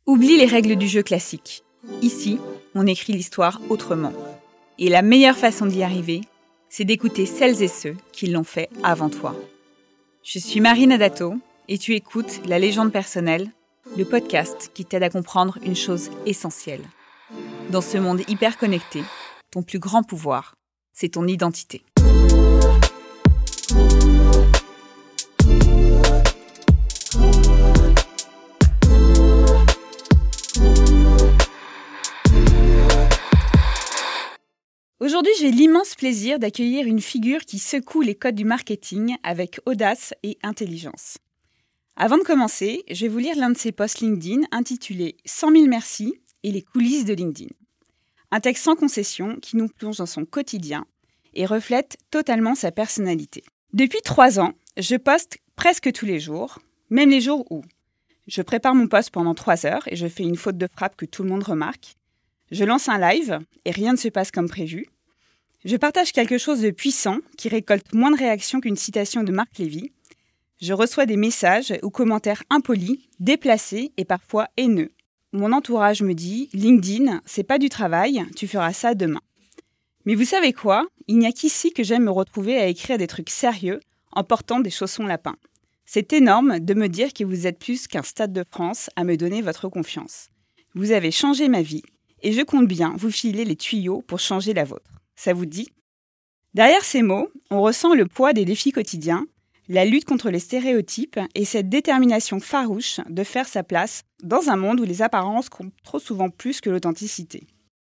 Oublie les règles du jeu classique. Ici, on écrit l'histoire autrement. Et la meilleure façon d'y arriver, c'est d'écouter celles et ceux qui l'ont fait avant toi. Je suis Marine Adato et tu écoutes La Légende personnelle, le podcast qui t'aide à comprendre une chose essentielle. Dans ce monde hyper connecté, ton plus grand pouvoir, c'est ton identité. Aujourd'hui, j'ai l'immense plaisir d'accueillir une figure qui secoue les codes du marketing avec audace et intelligence. Avant de commencer, je vais vous lire l'un de ses posts LinkedIn intitulé « 100 000 merci et les coulisses de LinkedIn ». Un texte sans concession qui nous plonge dans son quotidien et reflète totalement sa personnalité. Depuis 3 ans, je poste presque tous les jours, même les jours où je prépare mon post pendant 3 heures et je fais une faute de frappe que tout le monde remarque. Je lance un live et rien ne se passe comme prévu. Je partage quelque chose de puissant qui récolte moins de réactions qu'une citation de Marc Lévy. Je reçois des messages ou commentaires impolis, déplacés et parfois haineux. Mon entourage me dit « LinkedIn, c'est pas du travail, tu feras ça demain ». Mais vous savez quoi ? Il n'y a qu'ici que j'aime me retrouver à écrire des trucs sérieux en portant des chaussons lapins. C'est énorme de me dire que vous êtes plus qu'un Stade de France à me donner votre confiance. Vous avez changé ma vie et je compte bien vous filer les tuyaux pour changer la vôtre. Ça vous dit ? Derrière ces mots, on ressent le poids des défis quotidiens, la lutte contre les stéréotypes et cette détermination farouche de faire sa place dans un monde où les apparences comptent trop souvent plus que l'authenticité.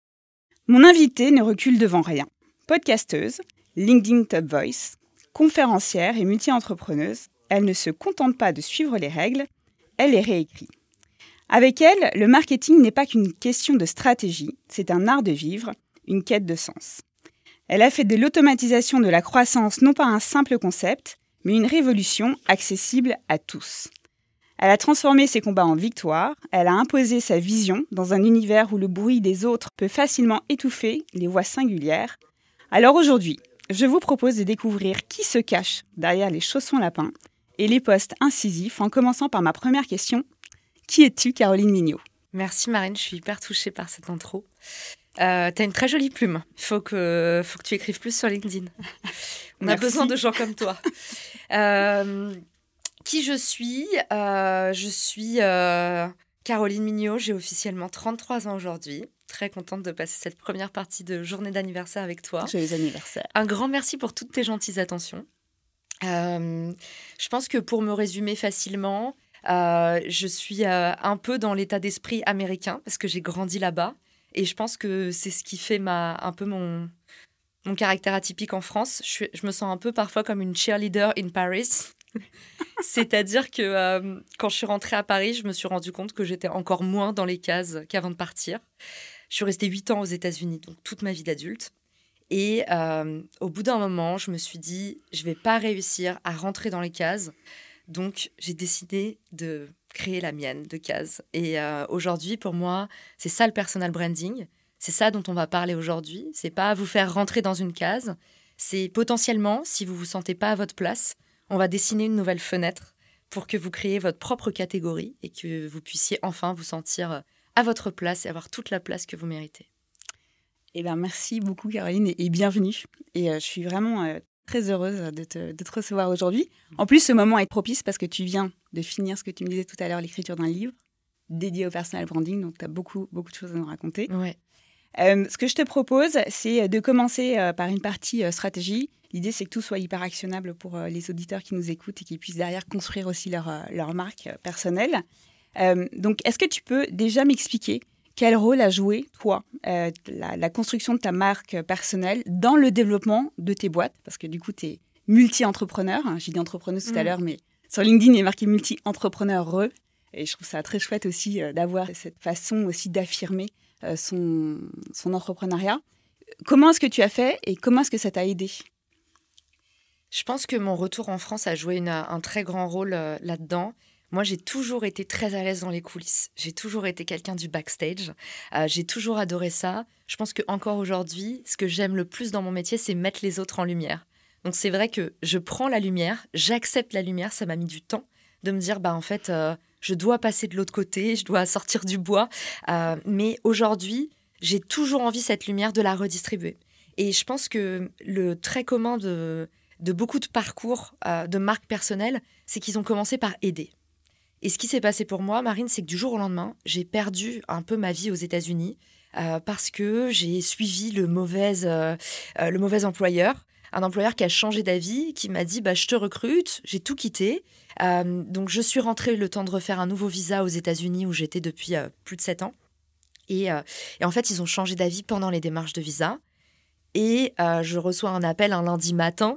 Mon invitée ne recule devant rien. Podcasteuse, LinkedIn Top Voice, conférencière et multi-entrepreneuse, elle ne se contente pas de suivre les règles, elle les réécrit. Avec elle, le marketing n'est pas qu'une question de stratégie, c'est un art de vivre, une quête de sens. Elle a fait de l'automatisation de la croissance non pas un simple concept, mais une révolution accessible à tous. Elle a transformé ses combats en victoires, elle a imposé sa vision dans un univers où le bruit des autres peut facilement étouffer les voix singulières. Alors aujourd'hui, je vous propose de découvrir qui se cache derrière les chaussons lapins et les posts incisifs en commençant par ma première question. Qui es-tu, Caroline Mignot ? Merci Marine, je suis hyper touchée par cette intro. T'as une très jolie plume. Il faut que tu écrives plus sur LinkedIn. On a besoin de gens comme toi. Qui je suis ? Je suis Caroline Mignot. J'ai officiellement 33 ans aujourd'hui. Très contente de passer cette première partie de journée d'anniversaire avec toi. Joyeux anniversaire. Un grand merci pour toutes tes gentilles attentions. Je pense que pour me résumer facilement, je suis un peu dans l'état d'esprit américain parce que j'ai grandi là-bas. Et je pense que c'est ce qui fait un peu mon caractère atypique en France. Je me sens un peu parfois comme une cheerleader in Paris. C'est-à-dire que quand je suis rentrée à Paris, je me suis rendu compte que j'étais encore moins dans les cases qu'avant de partir. Je suis restée 8 ans aux États-Unis, donc toute ma vie d'adulte. Et au bout d'un moment, je me suis dit, je ne vais pas réussir à rentrer dans les cases. Donc, j'ai décidé de créer la mienne de case. Et aujourd'hui, pour moi, c'est ça le personal branding. C'est ça dont on va parler aujourd'hui. C'est pas vous faire rentrer dans une case. C'est potentiellement, si vous vous sentez pas à votre place, on va dessiner une nouvelle fenêtre pour que vous créiez votre propre catégorie et que vous puissiez enfin vous sentir à votre place et avoir toute la place que vous méritez. Eh bien, merci beaucoup, Caroline, et bienvenue. Et je suis vraiment très heureuse de te recevoir aujourd'hui. En plus, ce moment est propice parce que tu viens de finir ce que tu me disais tout à l'heure, l'écriture d'un livre dédié au personal branding. Donc, tu as beaucoup de choses à nous raconter. Ouais. Ce que je te propose, c'est de commencer par une partie stratégie. L'idée, c'est que tout soit hyper actionnable pour les auditeurs qui nous écoutent et qui puissent derrière construire aussi leur marque personnelle. Donc, est-ce que tu peux déjà m'expliquer quel rôle a joué, toi, la construction de ta marque personnelle dans le développement de tes boîtes ? Parce que du coup, tu es multi-entrepreneur. J'ai dit entrepreneuse tout à l'heure, mais sur LinkedIn, il est marqué multi-entrepreneur. Et je trouve ça très chouette aussi d'avoir cette façon aussi d'affirmer son entrepreneuriat. Comment est-ce que tu as fait et comment est-ce que ça t'a aidé ? Je pense que mon retour en France a joué un très grand rôle là-dedans. Moi, j'ai toujours été très à l'aise dans les coulisses. J'ai toujours été quelqu'un du backstage. J'ai toujours adoré ça. Je pense qu'encore aujourd'hui, ce que j'aime le plus dans mon métier, c'est mettre les autres en lumière. Donc, c'est vrai que je prends la lumière, j'accepte la lumière. Ça m'a mis du temps de me dire, en fait, je dois passer de l'autre côté, je dois sortir du bois. Mais aujourd'hui, j'ai toujours envie, cette lumière, de la redistribuer. Et je pense que le trait commun de beaucoup de parcours de marques personnelles, c'est qu'ils ont commencé par aider. Et ce qui s'est passé pour moi, Marine, c'est que du jour au lendemain, j'ai perdu un peu ma vie aux États-Unis parce que j'ai suivi le mauvais employeur. Un employeur qui a changé d'avis, qui m'a dit je te recrute, j'ai tout quitté. Donc je suis rentrée le temps de refaire un nouveau visa aux États-Unis où j'étais depuis plus de 7 ans. Et en fait, ils ont changé d'avis pendant les démarches de visa. Et je reçois un appel un lundi matin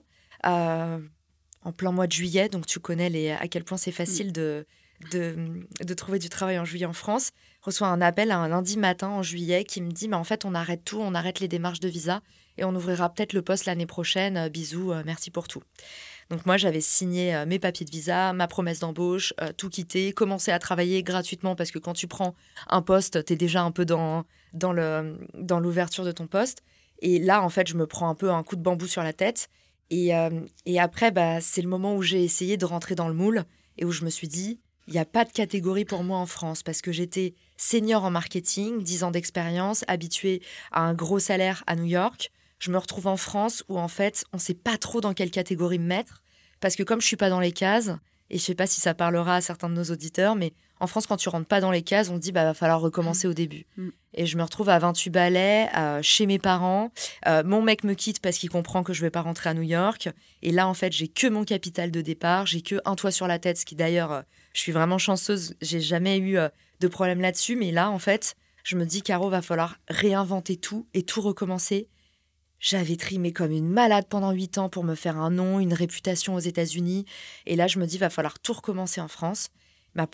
en plein mois de juillet. Donc tu connais à quel point c'est facile de trouver du travail en juillet en France. Je reçois un appel un lundi matin en juillet qui me dit en fait, on arrête tout, on arrête les démarches de visa et on ouvrira peut-être le poste l'année prochaine. Bisous, merci pour tout. Donc moi, j'avais signé mes papiers de visa, ma promesse d'embauche, tout quitté, commencé à travailler gratuitement parce que quand tu prends un poste, tu es déjà un peu dans l'ouverture de ton poste. Et là, en fait, je me prends un peu un coup de bambou sur la tête. Et après, c'est le moment où j'ai essayé de rentrer dans le moule et où je me suis dit, il n'y a pas de catégorie pour moi en France parce que j'étais senior en marketing, 10 ans d'expérience, habituée à un gros salaire à New York. Je me retrouve en France où, en fait, on ne sait pas trop dans quelle catégorie me mettre parce que comme je ne suis pas dans les cases, et je ne sais pas si ça parlera à certains de nos auditeurs, mais en France, quand tu ne rentres pas dans les cases, on te dit va falloir recommencer au début. Et je me retrouve à 28 balais, chez mes parents. Mon mec me quitte parce qu'il comprend que je ne vais pas rentrer à New York. Et là, en fait, j'ai que mon capital de départ, j'ai que un toit sur la tête, ce qui d'ailleurs, je suis vraiment chanceuse, j'ai jamais eu de problème là-dessus. Mais là, en fait, je me dis, Caro, va falloir réinventer tout et tout recommencer. J'avais trimé comme une malade pendant 8 ans pour me faire un nom, une réputation aux États-Unis. Et là, je me dis, va falloir tout recommencer en France. Mon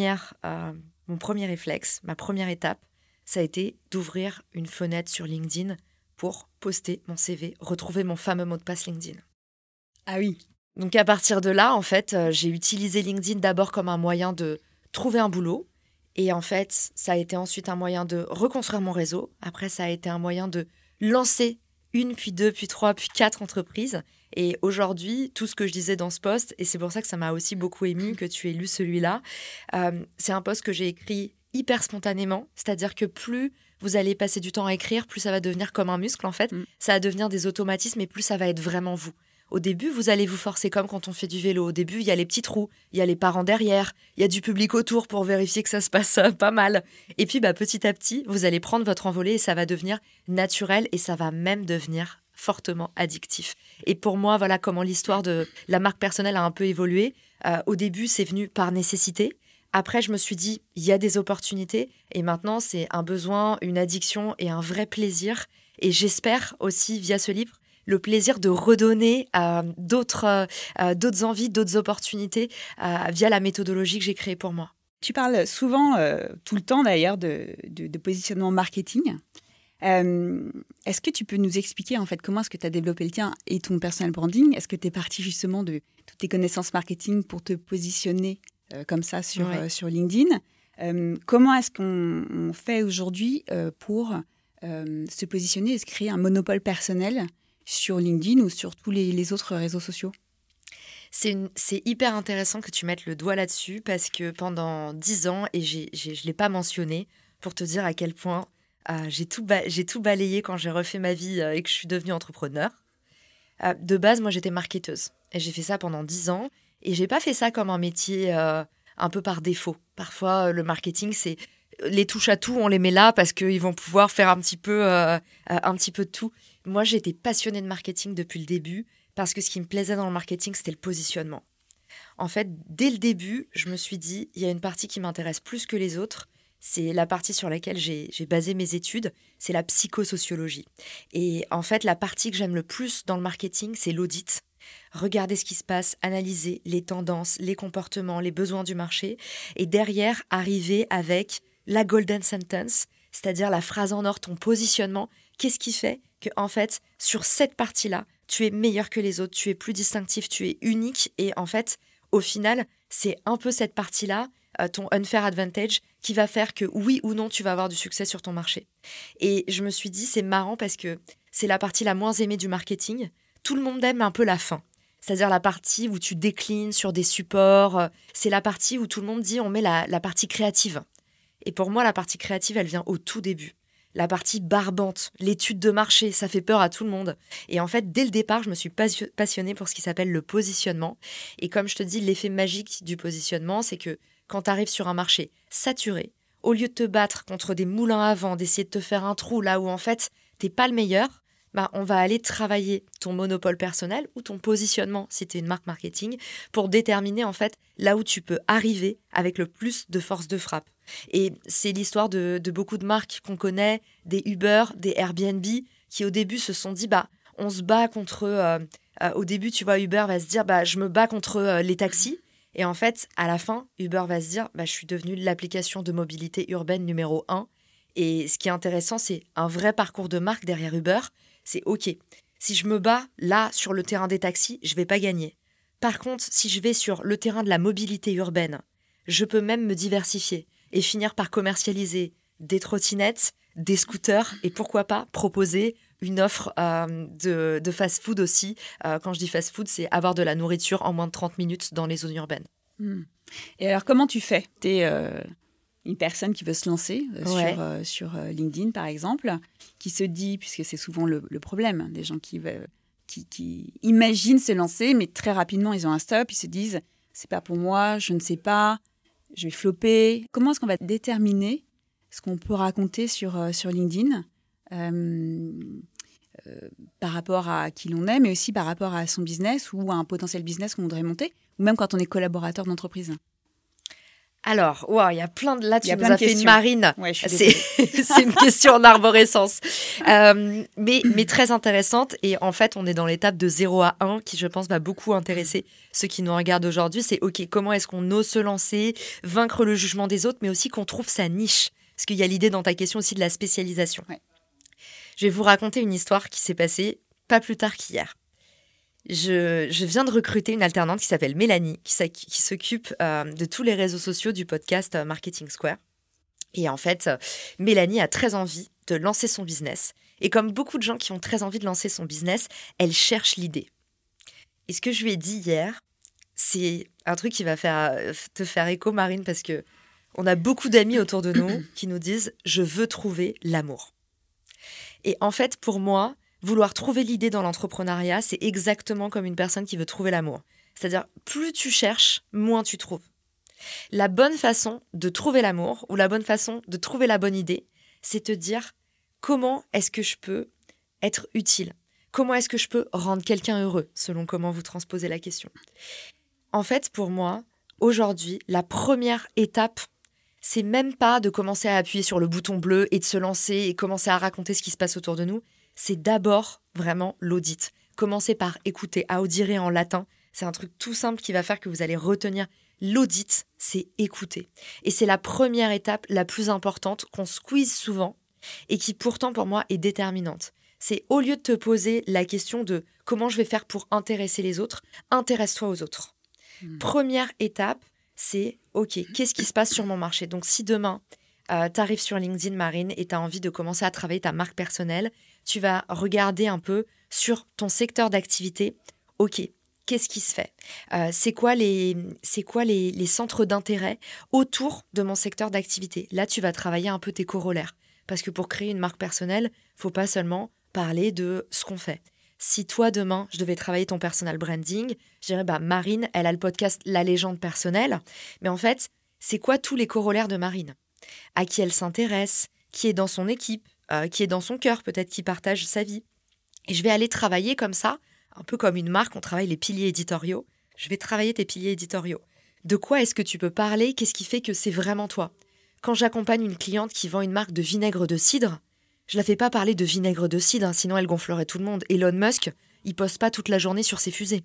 premier réflexe, ma première étape, ça a été d'ouvrir une fenêtre sur LinkedIn pour poster mon CV, retrouver mon fameux mot de passe LinkedIn. Ah oui. Donc à partir de là, en fait, j'ai utilisé LinkedIn d'abord comme un moyen de trouver un boulot. Et en fait, ça a été ensuite un moyen de reconstruire mon réseau. Après, ça a été un moyen de lancer 1, puis 2, puis 3, puis 4 entreprises. Et aujourd'hui, tout ce que je disais dans ce post, et c'est pour ça que ça m'a aussi beaucoup ému que tu aies lu celui-là, c'est un post que j'ai écrit hyper spontanément. C'est-à-dire que plus vous allez passer du temps à écrire, plus ça va devenir comme un muscle, en fait. Ça va devenir des automatismes et plus ça va être vraiment vous. Au début, vous allez vous forcer comme quand on fait du vélo. Au début, il y a les petits trous, il y a les parents derrière, il y a du public autour pour vérifier que ça se passe pas mal. Et puis, petit à petit, vous allez prendre votre envolée et ça va devenir naturel et ça va même devenir fortement addictif. Et pour moi, voilà comment l'histoire de la marque personnelle a un peu évolué. Au début, c'est venu par nécessité. Après, je me suis dit, il y a des opportunités. Et maintenant, c'est un besoin, une addiction et un vrai plaisir. Et j'espère aussi, via ce livre, le plaisir de redonner d'autres envies, d'autres opportunités via la méthodologie que j'ai créée pour moi. Tu parles souvent, tout le temps d'ailleurs, de positionnement marketing. Est-ce que tu peux nous expliquer en fait comment est-ce que tu as développé le tien et ton personal branding? Est-ce que tu es parti justement de toutes tes connaissances marketing pour te positionner comme ça sur LinkedIn? Comment est-ce qu'on fait aujourd'hui pour se positionner et se créer un monopole personnel sur LinkedIn ou sur tous les autres réseaux sociaux? C'est hyper intéressant que tu mettes le doigt là-dessus parce que pendant 10 ans, et je ne l'ai pas mentionné, pour te dire à quel point j'ai tout balayé quand j'ai refait ma vie et que je suis devenue entrepreneur. De base, moi, j'étais marketeuse et j'ai fait ça pendant 10 ans et je n'ai pas fait ça comme un métier un peu par défaut. Parfois, le marketing, c'est les touches à tout, on les met là parce qu'ils vont pouvoir faire un petit peu de tout. Moi, j'étais passionnée de marketing depuis le début parce que ce qui me plaisait dans le marketing, c'était le positionnement. En fait, dès le début, je me suis dit, il y a une partie qui m'intéresse plus que les autres. C'est la partie sur laquelle j'ai basé mes études, c'est la psychosociologie. Et en fait, la partie que j'aime le plus dans le marketing, c'est l'audit. Regarder ce qui se passe, analyser les tendances, les comportements, les besoins du marché. Et derrière, arriver avec la golden sentence, c'est-à-dire la phrase en or, ton positionnement. Qu'est-ce qui fait que, en fait, sur cette partie-là, tu es meilleur que les autres, tu es plus distinctif, tu es unique. Et en fait, au final, c'est un peu cette partie-là, ton unfair advantage, qui va faire que oui ou non, tu vas avoir du succès sur ton marché. Et je me suis dit, c'est marrant parce que c'est la partie la moins aimée du marketing. Tout le monde aime un peu la fin. c'est-à-dire la partie où tu déclines sur des supports. C'est la partie où tout le monde dit on met la partie créative. Et pour moi, la partie créative, elle vient au tout début. La partie barbante, l'étude de marché, ça fait peur à tout le monde. Et en fait, dès le départ, je me suis passionnée pour ce qui s'appelle le positionnement. Et comme je te dis, l'effet magique du positionnement, c'est que quand tu arrives sur un marché saturé, au lieu de te battre contre des moulins à vent, d'essayer de te faire un trou là où en fait, t'es pas le meilleur, on va aller travailler ton monopole personnel ou ton positionnement si tu es une marque marketing pour déterminer en fait là où tu peux arriver avec le plus de force de frappe. Et c'est l'histoire de beaucoup de marques qu'on connaît, des Uber, des Airbnb, qui au début se sont dit on se bat contre... au début, tu vois, Uber va se dire je me bats contre les taxis. Et en fait, à la fin, Uber va se dire je suis devenue l'application de mobilité urbaine numéro 1. Et ce qui est intéressant, c'est un vrai parcours de marque derrière Uber. C'est OK. Si je me bats là sur le terrain des taxis, je vais pas gagner. Par contre, si je vais sur le terrain de la mobilité urbaine, je peux même me diversifier et finir par commercialiser des trottinettes, des scooters et pourquoi pas proposer une offre de fast-food aussi. Quand je dis fast-food, c'est avoir de la nourriture en moins de 30 minutes dans les zones urbaines. Et alors, comment tu fais ? Tu es une personne qui veut se lancer sur LinkedIn, par exemple, qui se dit, puisque c'est souvent le problème, des gens qui imaginent se lancer, mais très rapidement, ils ont un stop, ils se disent « c'est pas pour moi, je ne sais pas, je vais flopper ». Comment est-ce qu'on va déterminer ce qu'on peut raconter sur LinkedIn par rapport à qui l'on est, mais aussi par rapport à son business ou à un potentiel business qu'on voudrait monter, ou même quand on est collaborateur d'entreprise ? Alors, il y a plein de... Là, tu nous as fait une marine. Ouais, c'est une question en arborescence. Mais très intéressante. Et en fait, on est dans l'étape de 0 à 1 qui, je pense, va beaucoup intéresser ceux qui nous regardent aujourd'hui. C'est OK, comment est-ce qu'on ose se lancer, vaincre le jugement des autres, mais aussi qu'on trouve sa niche. Parce qu'il y a l'idée dans ta question aussi de la spécialisation. Ouais. Je vais vous raconter une histoire qui s'est passée pas plus tard qu'hier. Je viens de recruter une alternante qui s'appelle Mélanie, qui s'occupe de tous les réseaux sociaux du podcast Marketing Square. Et en fait, Mélanie a très envie de lancer son business. Et comme beaucoup de gens qui ont très envie de lancer son business, elle cherche l'idée. Et ce que je lui ai dit hier, c'est un truc qui va te faire écho, Marine, parce que on a beaucoup d'amis autour de nous qui nous disent « je veux trouver l'amour ». Et en fait, pour moi, vouloir trouver l'idée dans l'entrepreneuriat, c'est exactement comme une personne qui veut trouver l'amour. C'est-à-dire, plus tu cherches, moins tu trouves. La bonne façon de trouver l'amour ou la bonne façon de trouver la bonne idée, c'est te dire comment est-ce que je peux être utile ? Comment est-ce que je peux rendre quelqu'un heureux, selon comment vous transposez la question. En fait, pour moi, aujourd'hui, la première étape, c'est même pas de commencer à appuyer sur le bouton bleu et de se lancer et commencer à raconter ce qui se passe autour de nous. C'est d'abord vraiment l'audit. Commencez par écouter. Audire en latin, c'est un truc tout simple qui va faire que vous allez retenir. L'audit, c'est écouter. Et c'est la première étape la plus importante qu'on squeeze souvent et qui pourtant pour moi est déterminante. C'est au lieu de te poser la question de comment je vais faire pour intéresser les autres, intéresse-toi aux autres. Première étape, c'est OK, qu'est-ce qui se passe sur mon marché ? Donc si demain, tu arrives sur LinkedIn, Marine, et tu as envie de commencer à travailler ta marque personnelle, tu vas regarder un peu sur ton secteur d'activité. OK, qu'est-ce qui se fait ? C'est quoi les centres d'intérêt autour de mon secteur d'activité ? Là, tu vas travailler un peu tes corollaires. Parce que pour créer une marque personnelle, il ne faut pas seulement parler de ce qu'on fait. Si toi, demain, je devais travailler ton personal branding, je dirais, Marine, elle a le podcast La Légende personnelle. Mais en fait, c'est quoi tous les corollaires de Marine ? À qui elle s'intéresse ? Qui est dans son équipe ? Qui est dans son cœur, peut-être qui partage sa vie. Et je vais aller travailler comme ça, un peu comme une marque, on travaille les piliers éditoriaux. Je vais travailler tes piliers éditoriaux. De quoi est-ce que tu peux parler ? Qu'est-ce qui fait que c'est vraiment toi ? Quand j'accompagne une cliente qui vend une marque de vinaigre de cidre, je la fais pas parler de vinaigre de cidre, sinon elle gonflerait tout le monde. Elon Musk, il poste pas toute la journée sur ses fusées.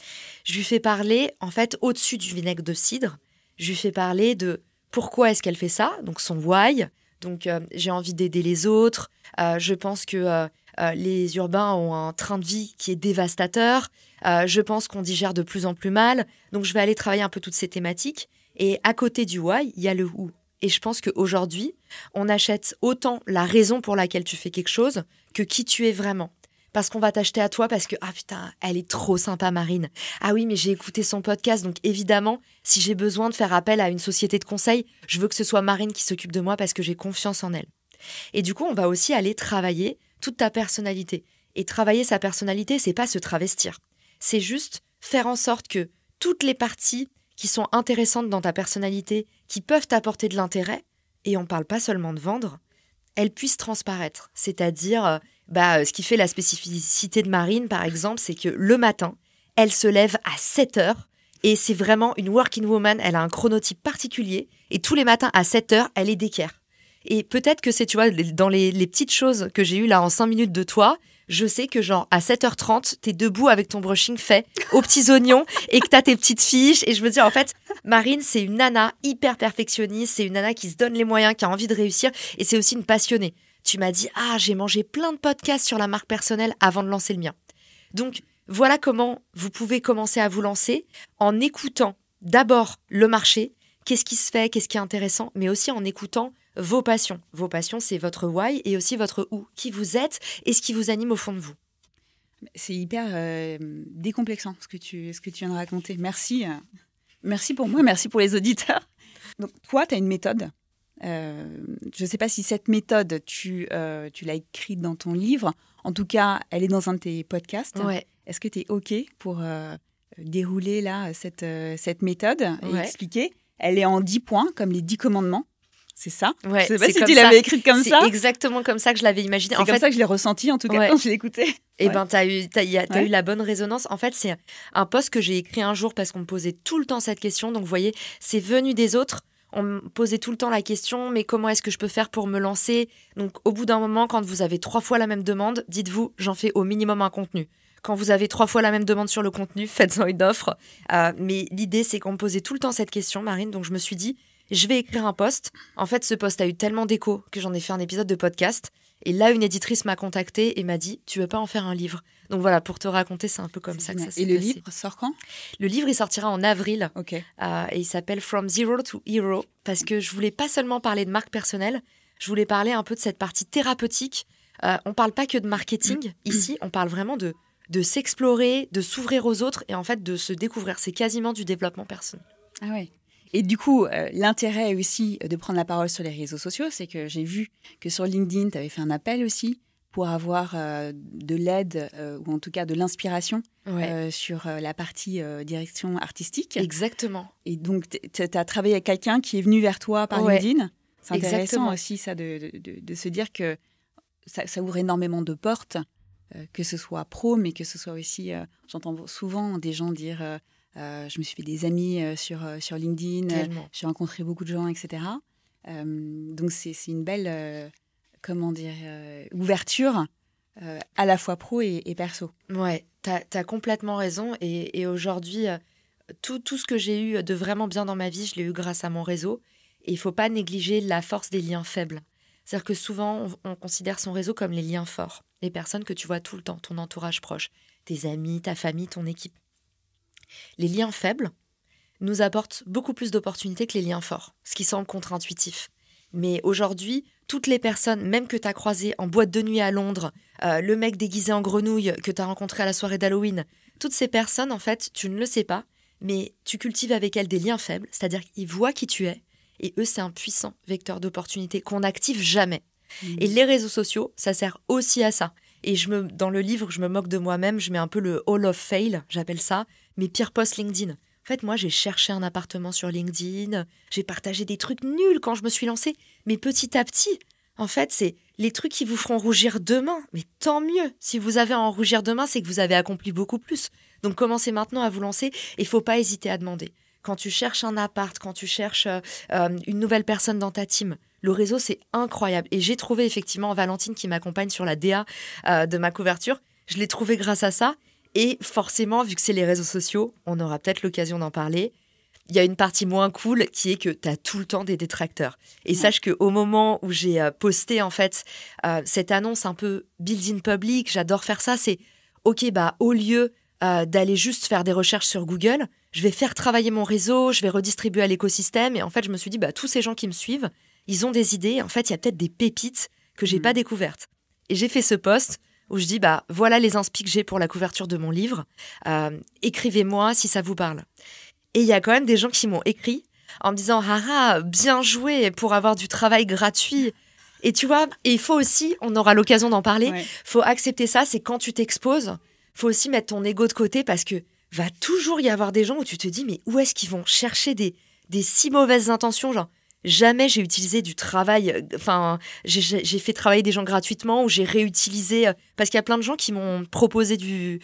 Je lui fais parler, en fait, au-dessus du vinaigre de cidre, je lui fais parler de pourquoi est-ce qu'elle fait ça, donc son why. Donc, j'ai envie d'aider les autres. Je pense que les urbains ont un train de vie qui est dévastateur. Je pense qu'on digère de plus en plus mal. Donc, je vais aller travailler un peu toutes ces thématiques. Et à côté du why, il y a le who. Et je pense qu'aujourd'hui, on achète autant la raison pour laquelle tu fais quelque chose que qui tu es vraiment. parce qu'on va t'acheter à toi parce que ah putain, elle est trop sympa Marine. Ah oui, mais j'ai écouté son podcast, donc évidemment, si j'ai besoin de faire appel à une société de conseil, je veux que ce soit Marine qui s'occupe de moi parce que j'ai confiance en elle. Et du coup, on va aussi aller travailler toute ta personnalité. Et travailler sa personnalité, c'est pas se travestir. C'est juste faire en sorte que toutes les parties qui sont intéressantes dans ta personnalité, qui peuvent t'apporter de l'intérêt, et on parle pas seulement de vendre, elles puissent transparaître. C'est-à-dire, ce qui fait la spécificité de Marine, par exemple, c'est que le matin, elle se lève à 7 heures, et c'est vraiment une working woman, elle a un chronotype particulier, et tous les matins à 7 heures, elle est d'équerre. Et peut-être que c'est, tu vois, dans les petites choses que j'ai eues là en 5 minutes de toi, je sais que genre à 7h30, t'es debout avec ton brushing fait aux petits oignons et que t'as tes petites fiches. Et je me dis, en fait, Marine, c'est une nana hyper perfectionniste, c'est une nana qui se donne les moyens, qui a envie de réussir et c'est aussi une passionnée. Tu m'as dit, j'ai mangé plein de podcasts sur la marque personnelle avant de lancer le mien. Donc, voilà comment vous pouvez commencer à vous lancer en écoutant d'abord le marché, qu'est-ce qui se fait, qu'est-ce qui est intéressant, mais aussi en écoutant vos passions. Vos passions, c'est votre why et aussi votre who, qui vous êtes et ce qui vous anime au fond de vous. C'est hyper décomplexant ce que tu viens de raconter. Merci. Merci pour moi, merci pour les auditeurs. Donc, toi, tu as une méthode. Je ne sais pas si cette méthode, tu l'as écrite dans ton livre. En tout cas, elle est dans un de tes podcasts. Ouais. Est-ce que tu es OK pour dérouler là cette méthode et expliquer ? Elle est en 10 points, comme les 10 commandements. C'est ça? Ouais, je sais pas si tu l'avais écrite comme ça. C'est exactement comme ça que je l'avais imaginé. C'est comme ça que je l'ai ressenti, en tout cas, quand je l'ai écouté. Et t'as eu la bonne résonance. En fait, c'est un post que j'ai écrit un jour parce qu'on me posait tout le temps cette question. Donc, vous voyez, c'est venu des autres. On me posait tout le temps la question, mais comment est-ce que je peux faire pour me lancer? Donc, au bout d'un moment, quand vous avez 3 fois la même demande, dites-vous, j'en fais au minimum un contenu. Quand vous avez 3 fois la même demande sur le contenu, faites-en une offre. Mais l'idée, c'est qu'on me posait tout le temps cette question, Marine. Donc, je me suis dit, je vais écrire un post. En fait, ce post a eu tellement d'écho que j'en ai fait un épisode de podcast. Et là, une éditrice m'a contactée et m'a dit, tu veux pas en faire un livre? Donc voilà, pour te raconter, c'est un peu comme ça que ça s'est passé. Et le livre sort quand? Le livre, il sortira en avril. Ok. Et il s'appelle From Zero to Hero. Parce que je voulais pas seulement parler de marque personnelle, je voulais parler un peu de cette partie thérapeutique. On parle pas que de marketing ici, on parle vraiment de s'explorer, de s'ouvrir aux autres et en fait de se découvrir. C'est quasiment du développement personnel. Ah ouais. Et du coup, l'intérêt aussi de prendre la parole sur les réseaux sociaux, c'est que j'ai vu que sur LinkedIn, tu avais fait un appel aussi pour avoir de l'aide ou en tout cas de l'inspiration sur la partie direction artistique. Exactement. Et donc, tu as travaillé avec quelqu'un qui est venu vers toi par LinkedIn. C'est intéressant Exactement. aussi ça de se dire que ça ouvre énormément de portes, que ce soit pro, mais que ce soit aussi, j'entends souvent des gens dire... je me suis fait des amis sur LinkedIn, j'ai rencontré beaucoup de gens, etc. Donc, c'est une belle ouverture à la fois pro et perso. Ouais, t'as complètement raison. Et aujourd'hui, tout ce que j'ai eu de vraiment bien dans ma vie, je l'ai eu grâce à mon réseau. Et il ne faut pas négliger la force des liens faibles. C'est-à-dire que souvent, on considère son réseau comme les liens forts. Les personnes que tu vois tout le temps, ton entourage proche, tes amis, ta famille, ton équipe. Les liens faibles nous apportent beaucoup plus d'opportunités que les liens forts, ce qui semble contre-intuitif. Mais aujourd'hui, toutes les personnes, même que tu as croisées en boîte de nuit à Londres, le mec déguisé en grenouille que tu as rencontré à la soirée d'Halloween, toutes ces personnes, en fait, tu ne le sais pas, mais tu cultives avec elles des liens faibles, c'est-à-dire qu'ils voient qui tu es, et eux, c'est un puissant vecteur d'opportunités qu'on n'active jamais. Et les réseaux sociaux, ça sert aussi à ça. Et dans le livre, je me moque de moi-même, je mets un peu le Hall of Fail, j'appelle ça, mes pires posts LinkedIn. En fait, moi, j'ai cherché un appartement sur LinkedIn, j'ai partagé des trucs nuls quand je me suis lancée, mais petit à petit, en fait, c'est les trucs qui vous feront rougir demain. Mais tant mieux, si vous avez à en rougir demain, c'est que vous avez accompli beaucoup plus. Donc, commencez maintenant à vous lancer et il ne faut pas hésiter à demander. Quand tu cherches un appart, quand tu cherches une nouvelle personne dans ta team, le réseau, c'est incroyable. Et j'ai trouvé effectivement Valentine qui m'accompagne sur la DA de ma couverture. Je l'ai trouvée grâce à ça. Et forcément, vu que c'est les réseaux sociaux, on aura peut-être l'occasion d'en parler. Il y a une partie moins cool qui est que tu as tout le temps des détracteurs. Et sache qu'au moment où j'ai posté en fait cette annonce un peu build in public, j'adore faire ça, c'est OK, au lieu d'aller juste faire des recherches sur Google, je vais faire travailler mon réseau, je vais redistribuer à l'écosystème. Et en fait, je me suis dit, tous ces gens qui me suivent, ils ont des idées. En fait, il y a peut-être des pépites que j'ai pas découvertes. Et j'ai fait ce post. où je dis voilà les inspi que j'ai pour la couverture de mon livre. Écrivez-moi si ça vous parle. Et il y a quand même des gens qui m'ont écrit en me disant bien joué pour avoir du travail gratuit. Et tu vois, et il faut aussi, on aura l'occasion d'en parler, faut accepter ça, c'est quand tu t'exposes, faut aussi mettre ton ego de côté parce que va toujours y avoir des gens où tu te dis mais où est-ce qu'ils vont chercher des si mauvaises intentions, genre jamais j'ai utilisé du travail, j'ai fait travailler des gens gratuitement ou j'ai réutilisé, parce qu'il y a plein de gens qui m'ont proposé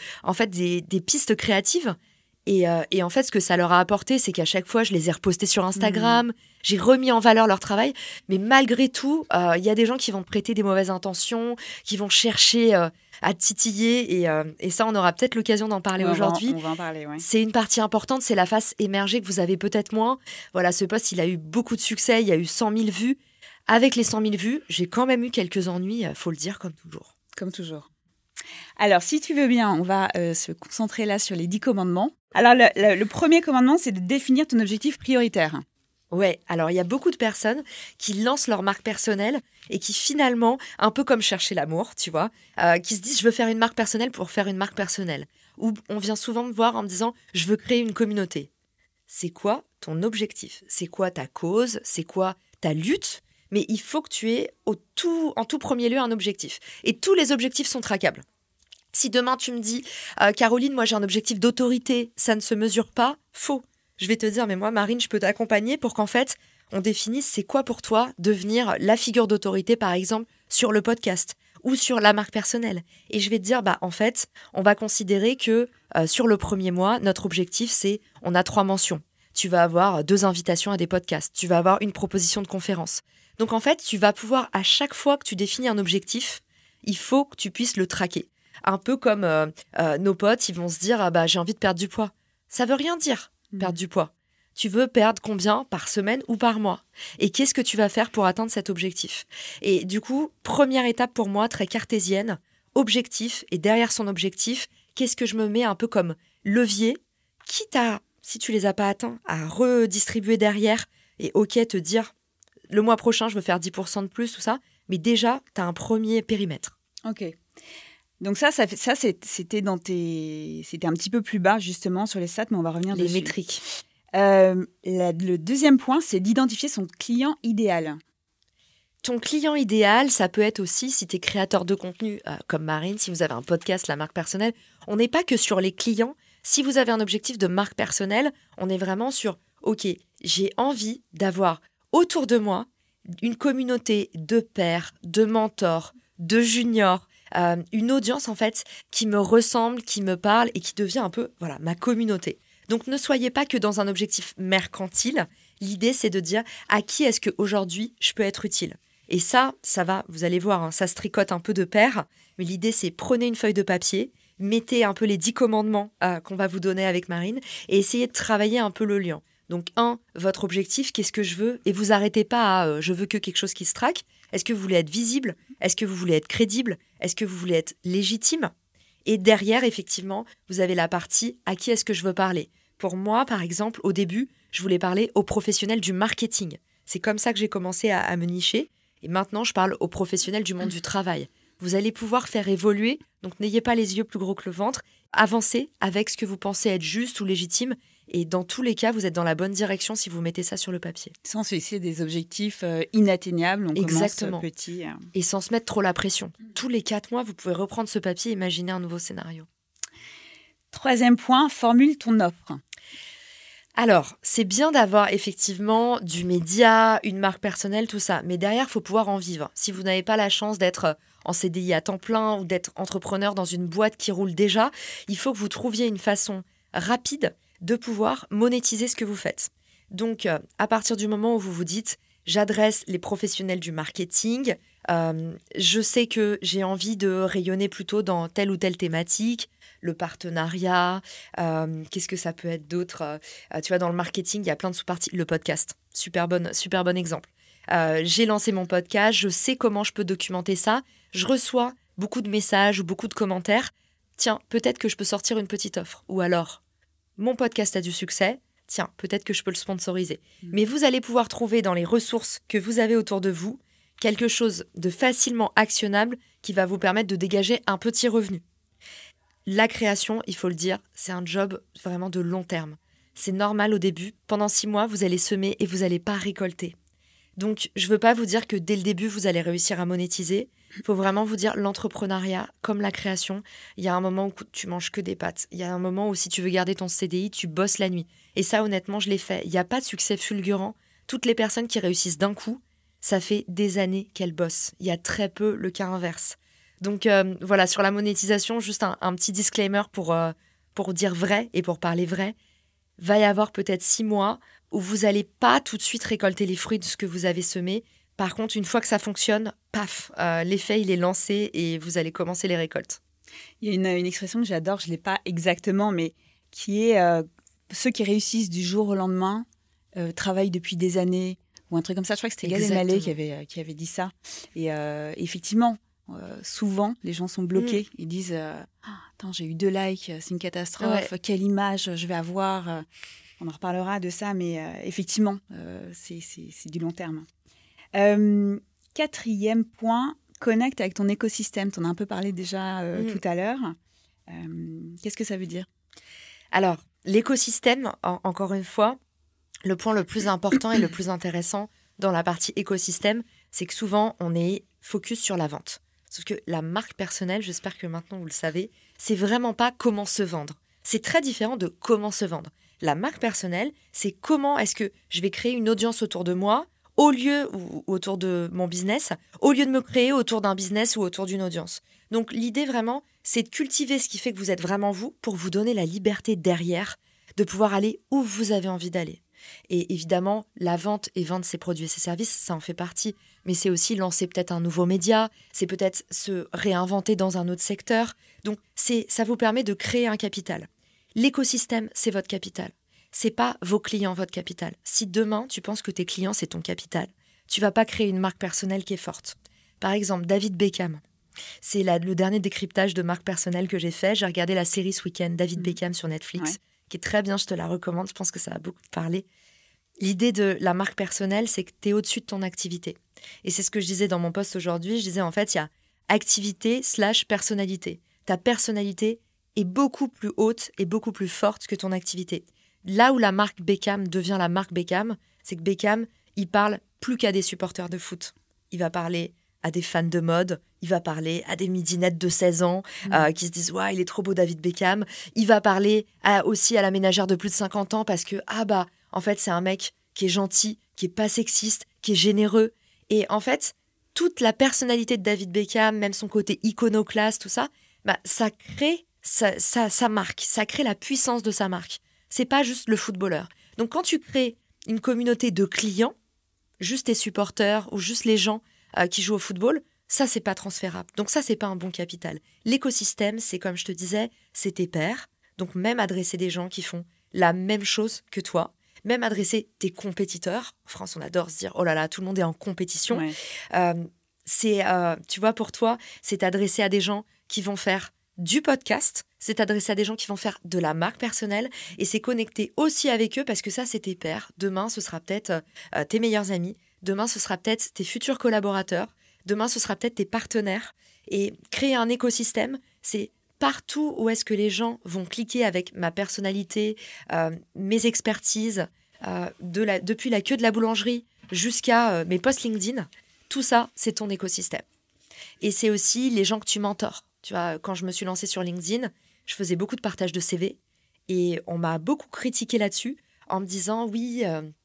des pistes créatives. Et en fait, ce que ça leur a apporté, c'est qu'à chaque fois, je les ai repostés sur Instagram, j'ai remis en valeur leur travail. Mais malgré tout, il y a des gens qui vont te prêter des mauvaises intentions, qui vont chercher à titiller. Et ça, on aura peut-être l'occasion d'en parler aujourd'hui. On va en parler, ouais. C'est une partie importante, c'est la face émergée que vous avez peut-être moins. Voilà, ce post, il a eu beaucoup de succès, il y a eu 100 000 vues. Avec les 100 000 vues, j'ai quand même eu quelques ennuis, faut le dire, comme toujours. Comme toujours. Alors, si tu veux bien, on va se concentrer là sur les 10 commandements. Alors, le premier commandement, c'est de définir ton objectif prioritaire. Ouais, alors il y a beaucoup de personnes qui lancent leur marque personnelle et qui finalement, un peu comme chercher l'amour, tu vois, qui se disent je veux faire une marque personnelle pour faire une marque personnelle. Ou on vient souvent me voir en me disant je veux créer une communauté. C'est quoi ton objectif ? C'est quoi ta cause ? C'est quoi ta lutte ? Mais il faut que tu aies en tout premier lieu un objectif. Et tous les objectifs sont traquables. Si demain tu me dis Caroline, moi j'ai un objectif d'autorité, ça ne se mesure pas, faux. Je vais te dire, mais moi, Marine, je peux t'accompagner pour qu'en fait, on définisse c'est quoi pour toi devenir la figure d'autorité, par exemple, sur le podcast ou sur la marque personnelle. Et je vais te dire, en fait, on va considérer que sur le premier mois, notre objectif, c'est, on a 3 mentions. Tu vas avoir 2 invitations à des podcasts. Tu vas avoir une proposition de conférence. Donc, en fait, tu vas pouvoir, à chaque fois que tu définis un objectif, il faut que tu puisses le traquer. Un peu comme nos potes, ils vont se dire, j'ai envie de perdre du poids. Ça veut rien dire. Perdre du poids. Tu veux perdre combien par semaine ou par mois ? Et qu'est-ce que tu vas faire pour atteindre cet objectif ? Et du coup, première étape pour moi, très cartésienne, objectif. Et derrière son objectif, qu'est-ce que je me mets un peu comme levier, quitte à, si tu les as pas atteints, à redistribuer derrière et te dire, le mois prochain, je veux faire 10% de plus, tout ça. Mais déjà, tu as un premier périmètre. Ok. Donc c'était c'était un petit peu plus bas justement sur les stats, mais on va revenir dessus. Les métriques. Le deuxième point, c'est d'identifier son client idéal. Ton client idéal, ça peut être aussi, si tu es créateur de contenu comme Marine, si vous avez un podcast, la marque personnelle, on n'est pas que sur les clients. Si vous avez un objectif de marque personnelle, on est vraiment sur, ok, j'ai envie d'avoir autour de moi une communauté de pairs, de mentors, de juniors, une audience en fait qui me ressemble, qui me parle et qui devient un peu ma communauté. Donc ne soyez pas que dans un objectif mercantile. L'idée c'est de dire à qui est-ce qu'aujourd'hui je peux être utile. Et ça va, vous allez voir, ça se tricote un peu de pair. Mais l'idée c'est prenez une feuille de papier, mettez un peu les 10 commandements qu'on va vous donner avec Marine et essayez de travailler un peu le lien. Donc votre objectif, qu'est-ce que je veux ? Et vous arrêtez pas à je veux que quelque chose qui se traque. Est-ce que vous voulez être visible ? Est-ce que vous voulez être crédible ? Est-ce que vous voulez être légitime ? Et derrière, effectivement, vous avez la partie à qui est-ce que je veux parler ? Pour moi, par exemple, au début, je voulais parler aux professionnels du marketing. C'est comme ça que j'ai commencé à me nicher. Et maintenant, je parle aux professionnels du monde du travail. Vous allez pouvoir faire évoluer, donc n'ayez pas les yeux plus gros que le ventre. Avancez avec ce que vous pensez être juste ou légitime. Et dans tous les cas, vous êtes dans la bonne direction si vous mettez ça sur le papier. Sans se fixer des objectifs inatteignables, on Exactement. Commence petit. Et sans se mettre trop la pression. Tous les 4 mois, vous pouvez reprendre ce papier et imaginer un nouveau scénario. 3e point, formule ton offre. Alors, c'est bien d'avoir effectivement du média, une marque personnelle, tout ça. Mais derrière, il faut pouvoir en vivre. Si vous n'avez pas la chance d'être en CDI à temps plein ou d'être entrepreneur dans une boîte qui roule déjà, il faut que vous trouviez une façon rapide de pouvoir monétiser ce que vous faites. Donc, à partir du moment où vous vous dites « j'adresse les professionnels du marketing, je sais que j'ai envie de rayonner plutôt dans telle ou telle thématique », le partenariat, qu'est-ce que ça peut être d'autre ? Tu vois, dans le marketing, il y a plein de sous-parties. Le podcast, super bon exemple. J'ai lancé mon podcast, je sais comment je peux documenter ça. Je reçois beaucoup de messages ou beaucoup de commentaires. Tiens, peut-être que je peux sortir une petite offre. Ou alors, mon podcast a du succès. Tiens, peut-être que je peux le sponsoriser. Mais vous allez pouvoir trouver dans les ressources que vous avez autour de vous quelque chose de facilement actionnable qui va vous permettre de dégager un petit revenu. La création, il faut le dire, c'est un job vraiment de long terme. C'est normal au début. Pendant 6 mois, vous allez semer et vous n'allez pas récolter. Donc, je ne veux pas vous dire que dès le début, vous allez réussir à monétiser. Il faut vraiment vous dire, l'entrepreneuriat, comme la création, il y a un moment où tu manges que des pâtes. Il y a un moment où si tu veux garder ton CDI, tu bosses la nuit. Et ça, honnêtement, je l'ai fait. Il n'y a pas de succès fulgurant. Toutes les personnes qui réussissent d'un coup, ça fait des années qu'elles bossent. Il y a très peu le cas inverse. Donc voilà, sur la monétisation, juste un petit disclaimer pour dire vrai et pour parler vrai. Va y avoir peut-être 6 mois où vous n'allez pas tout de suite récolter les fruits de ce que vous avez semé. Par contre, une fois que ça fonctionne, paf, l'effet il est lancé et vous allez commencer les récoltes. Il y a une expression que j'adore, je ne l'ai pas exactement, mais qui est ceux qui réussissent du jour au lendemain travaillent depuis des années, ou un truc comme ça. Je crois que c'était Gad Elmaleh qui avait dit ça. Et effectivement, souvent, les gens sont bloqués. Ils disent attends, j'ai eu 2 likes, c'est une catastrophe, quelle image je vais avoir. On en reparlera de ça, mais effectivement, c'est du long terme. 4e point, connecte avec ton écosystème. Tu en as un peu parlé déjà tout à l'heure. Qu'est-ce que ça veut dire ? Alors, l'écosystème, encore une fois, le point le plus important et le plus intéressant dans la partie écosystème, c'est que souvent, on est focus sur la vente. Sauf que la marque personnelle, j'espère que maintenant vous le savez, c'est vraiment pas comment se vendre. C'est très différent de comment se vendre. La marque personnelle, c'est comment est-ce que je vais créer une audience autour de moi, au lieu ou autour de mon business, au lieu de me créer autour d'un business ou autour d'une audience. Donc l'idée vraiment, c'est de cultiver ce qui fait que vous êtes vraiment vous pour vous donner la liberté derrière de pouvoir aller où vous avez envie d'aller. Et évidemment, la vente et vendre ses produits et ses services, ça en fait partie. Mais c'est aussi lancer peut-être un nouveau média, c'est peut-être se réinventer dans un autre secteur. Donc ça vous permet de créer un capital. L'écosystème, c'est votre capital. C'est pas vos clients, votre capital. Si demain, tu penses que tes clients, c'est ton capital, tu vas pas créer une marque personnelle qui est forte. Par exemple, David Beckham. C'est le dernier décryptage de marque personnelle que j'ai fait. J'ai regardé la série ce week-end, David Beckham sur Netflix, qui est très bien, je te la recommande, je pense que ça va beaucoup te parler. L'idée de la marque personnelle, c'est que tu es au-dessus de ton activité. Et c'est ce que je disais dans mon post aujourd'hui. Je disais, en fait, il y a activité / personnalité. Ta personnalité est beaucoup plus haute et beaucoup plus forte que ton activité. Là où la marque Beckham devient la marque Beckham, c'est que Beckham, il parle plus qu'à des supporters de foot. Il va parler à des fans de mode, il va parler à des midinettes de 16 ans qui se disent « Ouais, il est trop beau David Beckham ». Il va parler aussi à la ménagère de plus de 50 ans parce que en fait, c'est un mec qui est gentil, qui est pas sexiste, qui est généreux. Et en fait, toute la personnalité de David Beckham, même son côté iconoclaste, tout ça, ça crée sa marque, ça crée la puissance de sa marque. C'est pas juste le footballeur. Donc, quand tu crées une communauté de clients, juste tes supporters ou juste les gens qui jouent au football, ça, c'est pas transférable. Donc ça, c'est pas un bon capital. L'écosystème, c'est comme je te disais, c'est tes pairs. Donc même adresser des gens qui font la même chose que toi, même adresser tes compétiteurs. En France, on adore se dire, oh là là, tout le monde est en compétition. Ouais. Tu vois, pour toi, c'est t'adresser à des gens qui vont faire du podcast, c'est t'adresser à des gens qui vont faire de la marque personnelle et c'est connecter aussi avec eux parce que ça, c'est tes pairs. Demain, ce sera peut-être tes meilleurs amis. Demain, ce sera peut-être tes futurs collaborateurs. Demain, ce sera peut-être tes partenaires. Et créer un écosystème, c'est partout où est-ce que les gens vont cliquer avec ma personnalité, mes expertises, depuis la queue de la boulangerie jusqu'à mes posts LinkedIn. Tout ça, c'est ton écosystème. Et c'est aussi les gens que tu mentors. Tu vois, quand je me suis lancée sur LinkedIn, je faisais beaucoup de partage de CV et on m'a beaucoup critiqué là-dessus en me disant oui,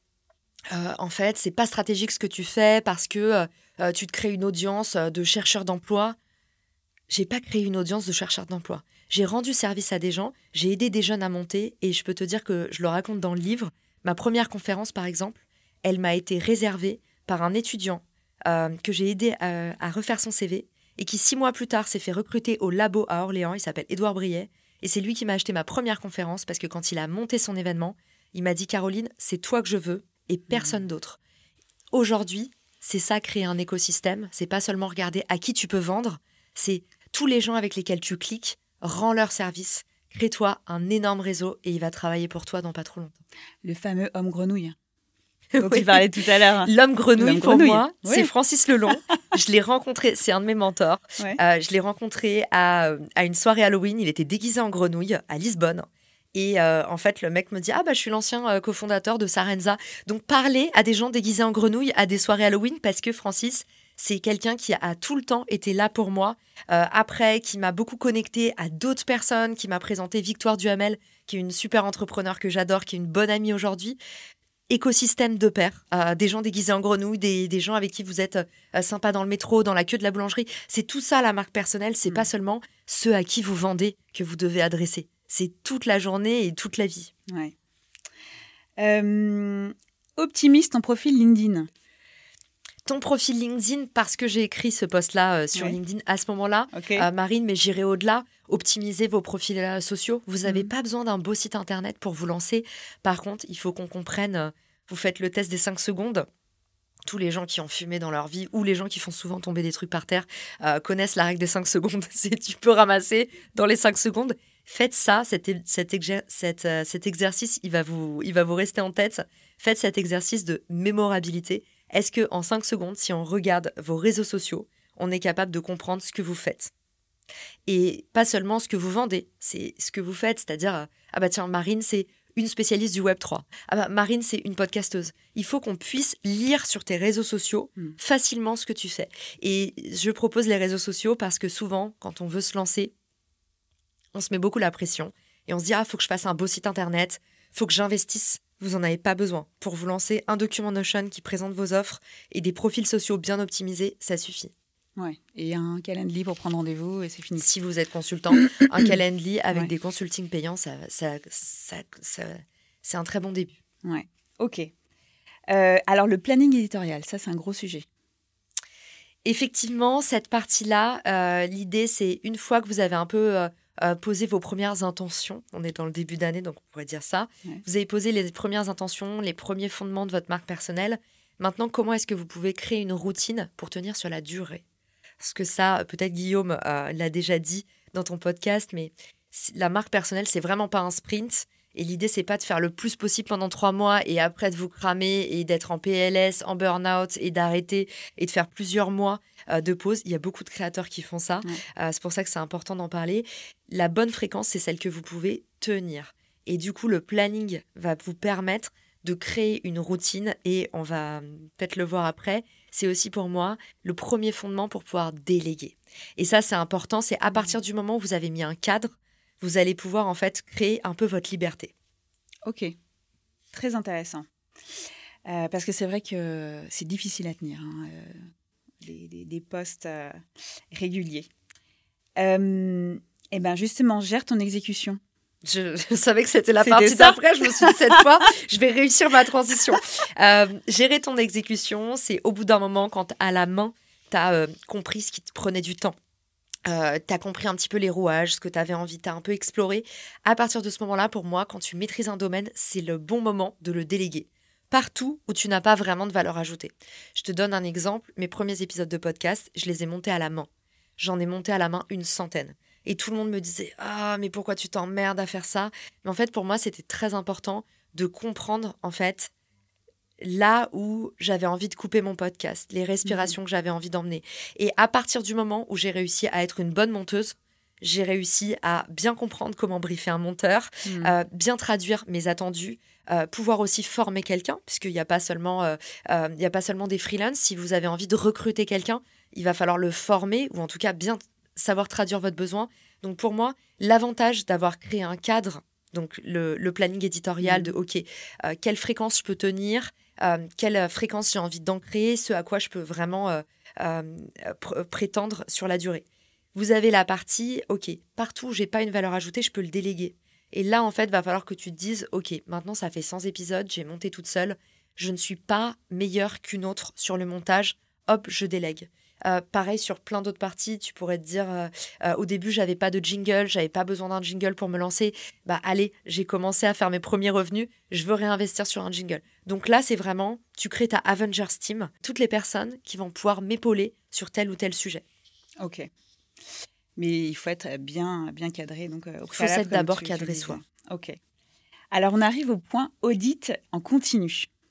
en fait, c'est pas stratégique ce que tu fais parce que tu te crées une audience de chercheurs d'emploi. J'ai pas créé une audience de chercheurs d'emploi. J'ai rendu service à des gens, j'ai aidé des jeunes à monter et je peux te dire que je le raconte dans le livre. Ma première conférence, par exemple, elle m'a été réservée par un étudiant que j'ai aidé à refaire son CV et qui 6 mois plus tard s'est fait recruter au labo à Orléans. Il s'appelle Édouard Briet et c'est lui qui m'a acheté ma première conférence parce que quand il a monté son événement, il m'a dit « Caroline, c'est toi que je veux et personne d'autre ». Aujourd'hui, c'est ça, créer un écosystème. C'est pas seulement regarder à qui tu peux vendre, c'est tous les gens avec lesquels tu cliques, rends leur service, crée-toi un énorme réseau et il va travailler pour toi dans pas trop longtemps. Le fameux homme grenouille. dont tu parlais tout à l'heure. L'homme grenouille, pour moi, oui. c'est Francis Lelong. Je l'ai rencontré, c'est un de mes mentors. Ouais. Je l'ai rencontré à une soirée Halloween. Il était déguisé en grenouille à Lisbonne. Et en fait, le mec me dit « Ah, je suis l'ancien cofondateur de Sarenza. » Donc, parler à des gens déguisés en grenouille à des soirées Halloween, parce que Francis, c'est quelqu'un qui a tout le temps été là pour moi. Après, qui m'a beaucoup connecté à d'autres personnes, qui m'a présenté Victoire Duhamel, qui est une super entrepreneur que j'adore, qui est une bonne amie aujourd'hui. Écosystème de pairs, des gens déguisés en grenouille, des gens avec qui vous êtes sympa dans le métro, dans la queue de la boulangerie. C'est tout ça, la marque personnelle. C'est pas seulement ceux à qui vous vendez que vous devez adresser. C'est toute la journée et toute la vie. Ouais. Optimiste en profil LinkedIn. Ton profil LinkedIn, parce que j'ai écrit ce post-là sur LinkedIn à ce moment-là, Marine, mais j'irai au-delà, optimisez vos profils sociaux. Vous n'avez pas besoin d'un beau site internet pour vous lancer. Par contre, il faut qu'on comprenne, vous faites le test des 5 secondes. Tous les gens qui ont fumé dans leur vie ou les gens qui font souvent tomber des trucs par terre connaissent la règle des 5 secondes. Tu peux ramasser dans les 5 secondes. Faites ça, cet exercice, il va vous rester en tête. Faites cet exercice de mémorabilité. Est-ce qu'en 5 secondes, si on regarde vos réseaux sociaux, on est capable de comprendre ce que vous faites? Et pas seulement ce que vous vendez, c'est ce que vous faites. C'est-à-dire, tiens, Marine, c'est une spécialiste du Web3. Marine, c'est une podcasteuse. Il faut qu'on puisse lire sur tes réseaux sociaux facilement ce que tu fais. Et je propose les réseaux sociaux parce que souvent, quand on veut se lancer, on se met beaucoup la pression et on se dit « faut que je fasse un beau site internet, faut que j'investisse ». Vous n'en avez pas besoin. Pour vous lancer, un document Notion qui présente vos offres et des profils sociaux bien optimisés, ça suffit. Ouais. Et un Calendly pour prendre rendez-vous et c'est fini. Si vous êtes consultant, un Calendly avec des consultings payants, c'est un très bon début. Ouais. Ok. Alors, le planning éditorial, ça, c'est un gros sujet. Effectivement, cette partie-là, l'idée, c'est une fois que vous avez un peu posé vos premières intentions, on est dans le début d'année, donc on pourrait dire ça, vous avez posé les premières intentions, les premiers fondements de votre marque personnelle. Maintenant, comment est-ce que vous pouvez créer une routine pour tenir sur la durée? Parce que ça, peut-être Guillaume l'a déjà dit dans ton podcast, mais la marque personnelle, c'est vraiment pas un sprint. Et l'idée, c'est pas de faire le plus possible pendant 3 mois et après de vous cramer et d'être en PLS, en burn-out et d'arrêter et de faire plusieurs mois de pause. Il y a beaucoup de créateurs qui font ça. C'est pour ça que c'est important d'en parler. La bonne fréquence, c'est celle que vous pouvez tenir. Et du coup, le planning va vous permettre de créer une routine et on va peut-être le voir après. C'est aussi pour moi le premier fondement pour pouvoir déléguer. Et ça, c'est important. C'est à partir du moment où vous avez mis un cadre, vous allez pouvoir en fait créer un peu votre liberté. Ok, très intéressant. Parce que c'est vrai que c'est difficile à tenir, des postes réguliers. Et bien justement, gère ton exécution. Je savais que c'était la partie d'après. Je me suis dit, cette fois, je vais réussir ma transition. Gérer ton exécution, c'est au bout d'un moment, quand à la main, tu as compris ce qui te prenait du temps. Tu as compris un petit peu les rouages, ce que tu avais envie, tu as un peu exploré. À partir de ce moment-là, pour moi, quand tu maîtrises un domaine, c'est le bon moment de le déléguer. Partout où tu n'as pas vraiment de valeur ajoutée. Je te donne un exemple. Mes premiers épisodes de podcast, je les ai montés à la main. J'en ai monté à la main 100. Et tout le monde me disait « Ah, mais pourquoi tu t'emmerdes à faire ça ?» Mais en fait, pour moi, c'était très important de comprendre, en fait, là où j'avais envie de couper mon podcast, les respirations que j'avais envie d'emmener. Et à partir du moment où j'ai réussi à être une bonne monteuse, j'ai réussi à bien comprendre comment briefer un monteur, bien traduire mes attendus, pouvoir aussi former quelqu'un, puisqu'il n'y a pas seulement des freelances. Si vous avez envie de recruter quelqu'un, il va falloir le former, ou en tout cas bien savoir traduire votre besoin. Donc pour moi, l'avantage d'avoir créé un cadre, donc le planning éditorial de OK, quelle fréquence je peux tenir, quelle fréquence j'ai envie d'ancrer, ce à quoi je peux vraiment prétendre sur la durée. Vous avez la partie, OK, partout où j'ai pas une valeur ajoutée, je peux le déléguer. Et là, en fait, va falloir que tu te dises, OK, maintenant ça fait 100 épisodes, j'ai monté toute seule, je ne suis pas meilleure qu'une autre sur le montage, hop, je délègue. Pareil sur plein d'autres parties, tu pourrais te dire au début j'avais pas de jingle, j'avais pas besoin d'un jingle pour me lancer. Allez, j'ai commencé à faire mes premiers revenus, je veux réinvestir sur un jingle. Donc là c'est vraiment, tu crées ta Avengers Team, toutes les personnes qui vont pouvoir m'épauler sur tel ou tel sujet. Ok, mais il faut être bien cadré. Donc il faut s'être d'abord cadré soi. Ok. Alors on arrive au point audit en continu.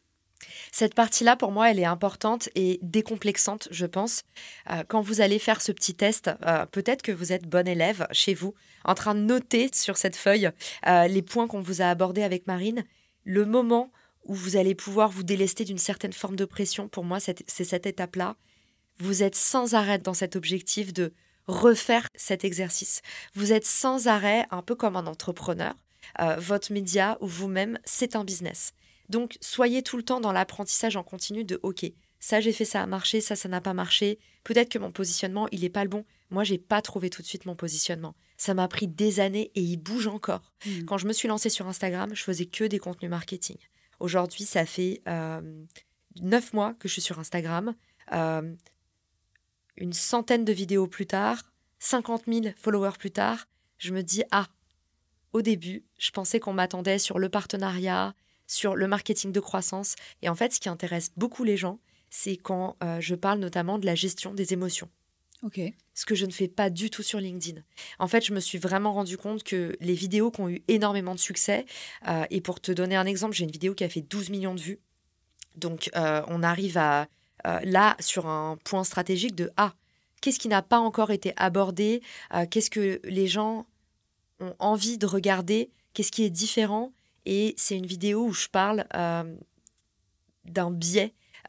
Cette partie-là, pour moi, elle est importante et décomplexante, je pense. Quand vous allez faire ce petit test, peut-être que vous êtes bon élève chez vous, en train de noter sur cette feuille les points qu'on vous a abordés avec Marine. Le moment où vous allez pouvoir vous délester d'une certaine forme de pression, pour moi, c'est cette étape-là. Vous êtes sans arrêt dans cet objectif de refaire cet exercice. Vous êtes sans arrêt, un peu comme un entrepreneur. Votre média ou vous-même, c'est un business. Donc, soyez tout le temps dans l'apprentissage en continu de « Ok, ça j'ai fait, ça a marché, ça n'a pas marché. Peut-être que mon positionnement, il n'est pas le bon. Moi, j'ai pas trouvé tout de suite mon positionnement. Ça m'a pris des années et il bouge encore. Quand je me suis lancée sur Instagram, je faisais que des contenus marketing. Aujourd'hui, ça fait 9 mois que je suis sur Instagram. Une centaine de vidéos plus tard, 50 000 followers plus tard, je me dis « Ah, au début, je pensais qu'on m'attendait sur le partenariat, sur le marketing de croissance. » Et en fait, ce qui intéresse beaucoup les gens, c'est quand je parle notamment de la gestion des émotions. Okay. Ce que je ne fais pas du tout sur LinkedIn. En fait, je me suis vraiment rendu compte que les vidéos qui ont eu énormément de succès, et pour te donner un exemple, j'ai une vidéo qui a fait 12 millions de vues. Donc, on arrive à là sur un point stratégique de qu'est-ce qui n'a pas encore été abordé, qu'est-ce que les gens ont envie de regarder, qu'est-ce qui est différent. Et c'est une vidéo où je parle d'un biais,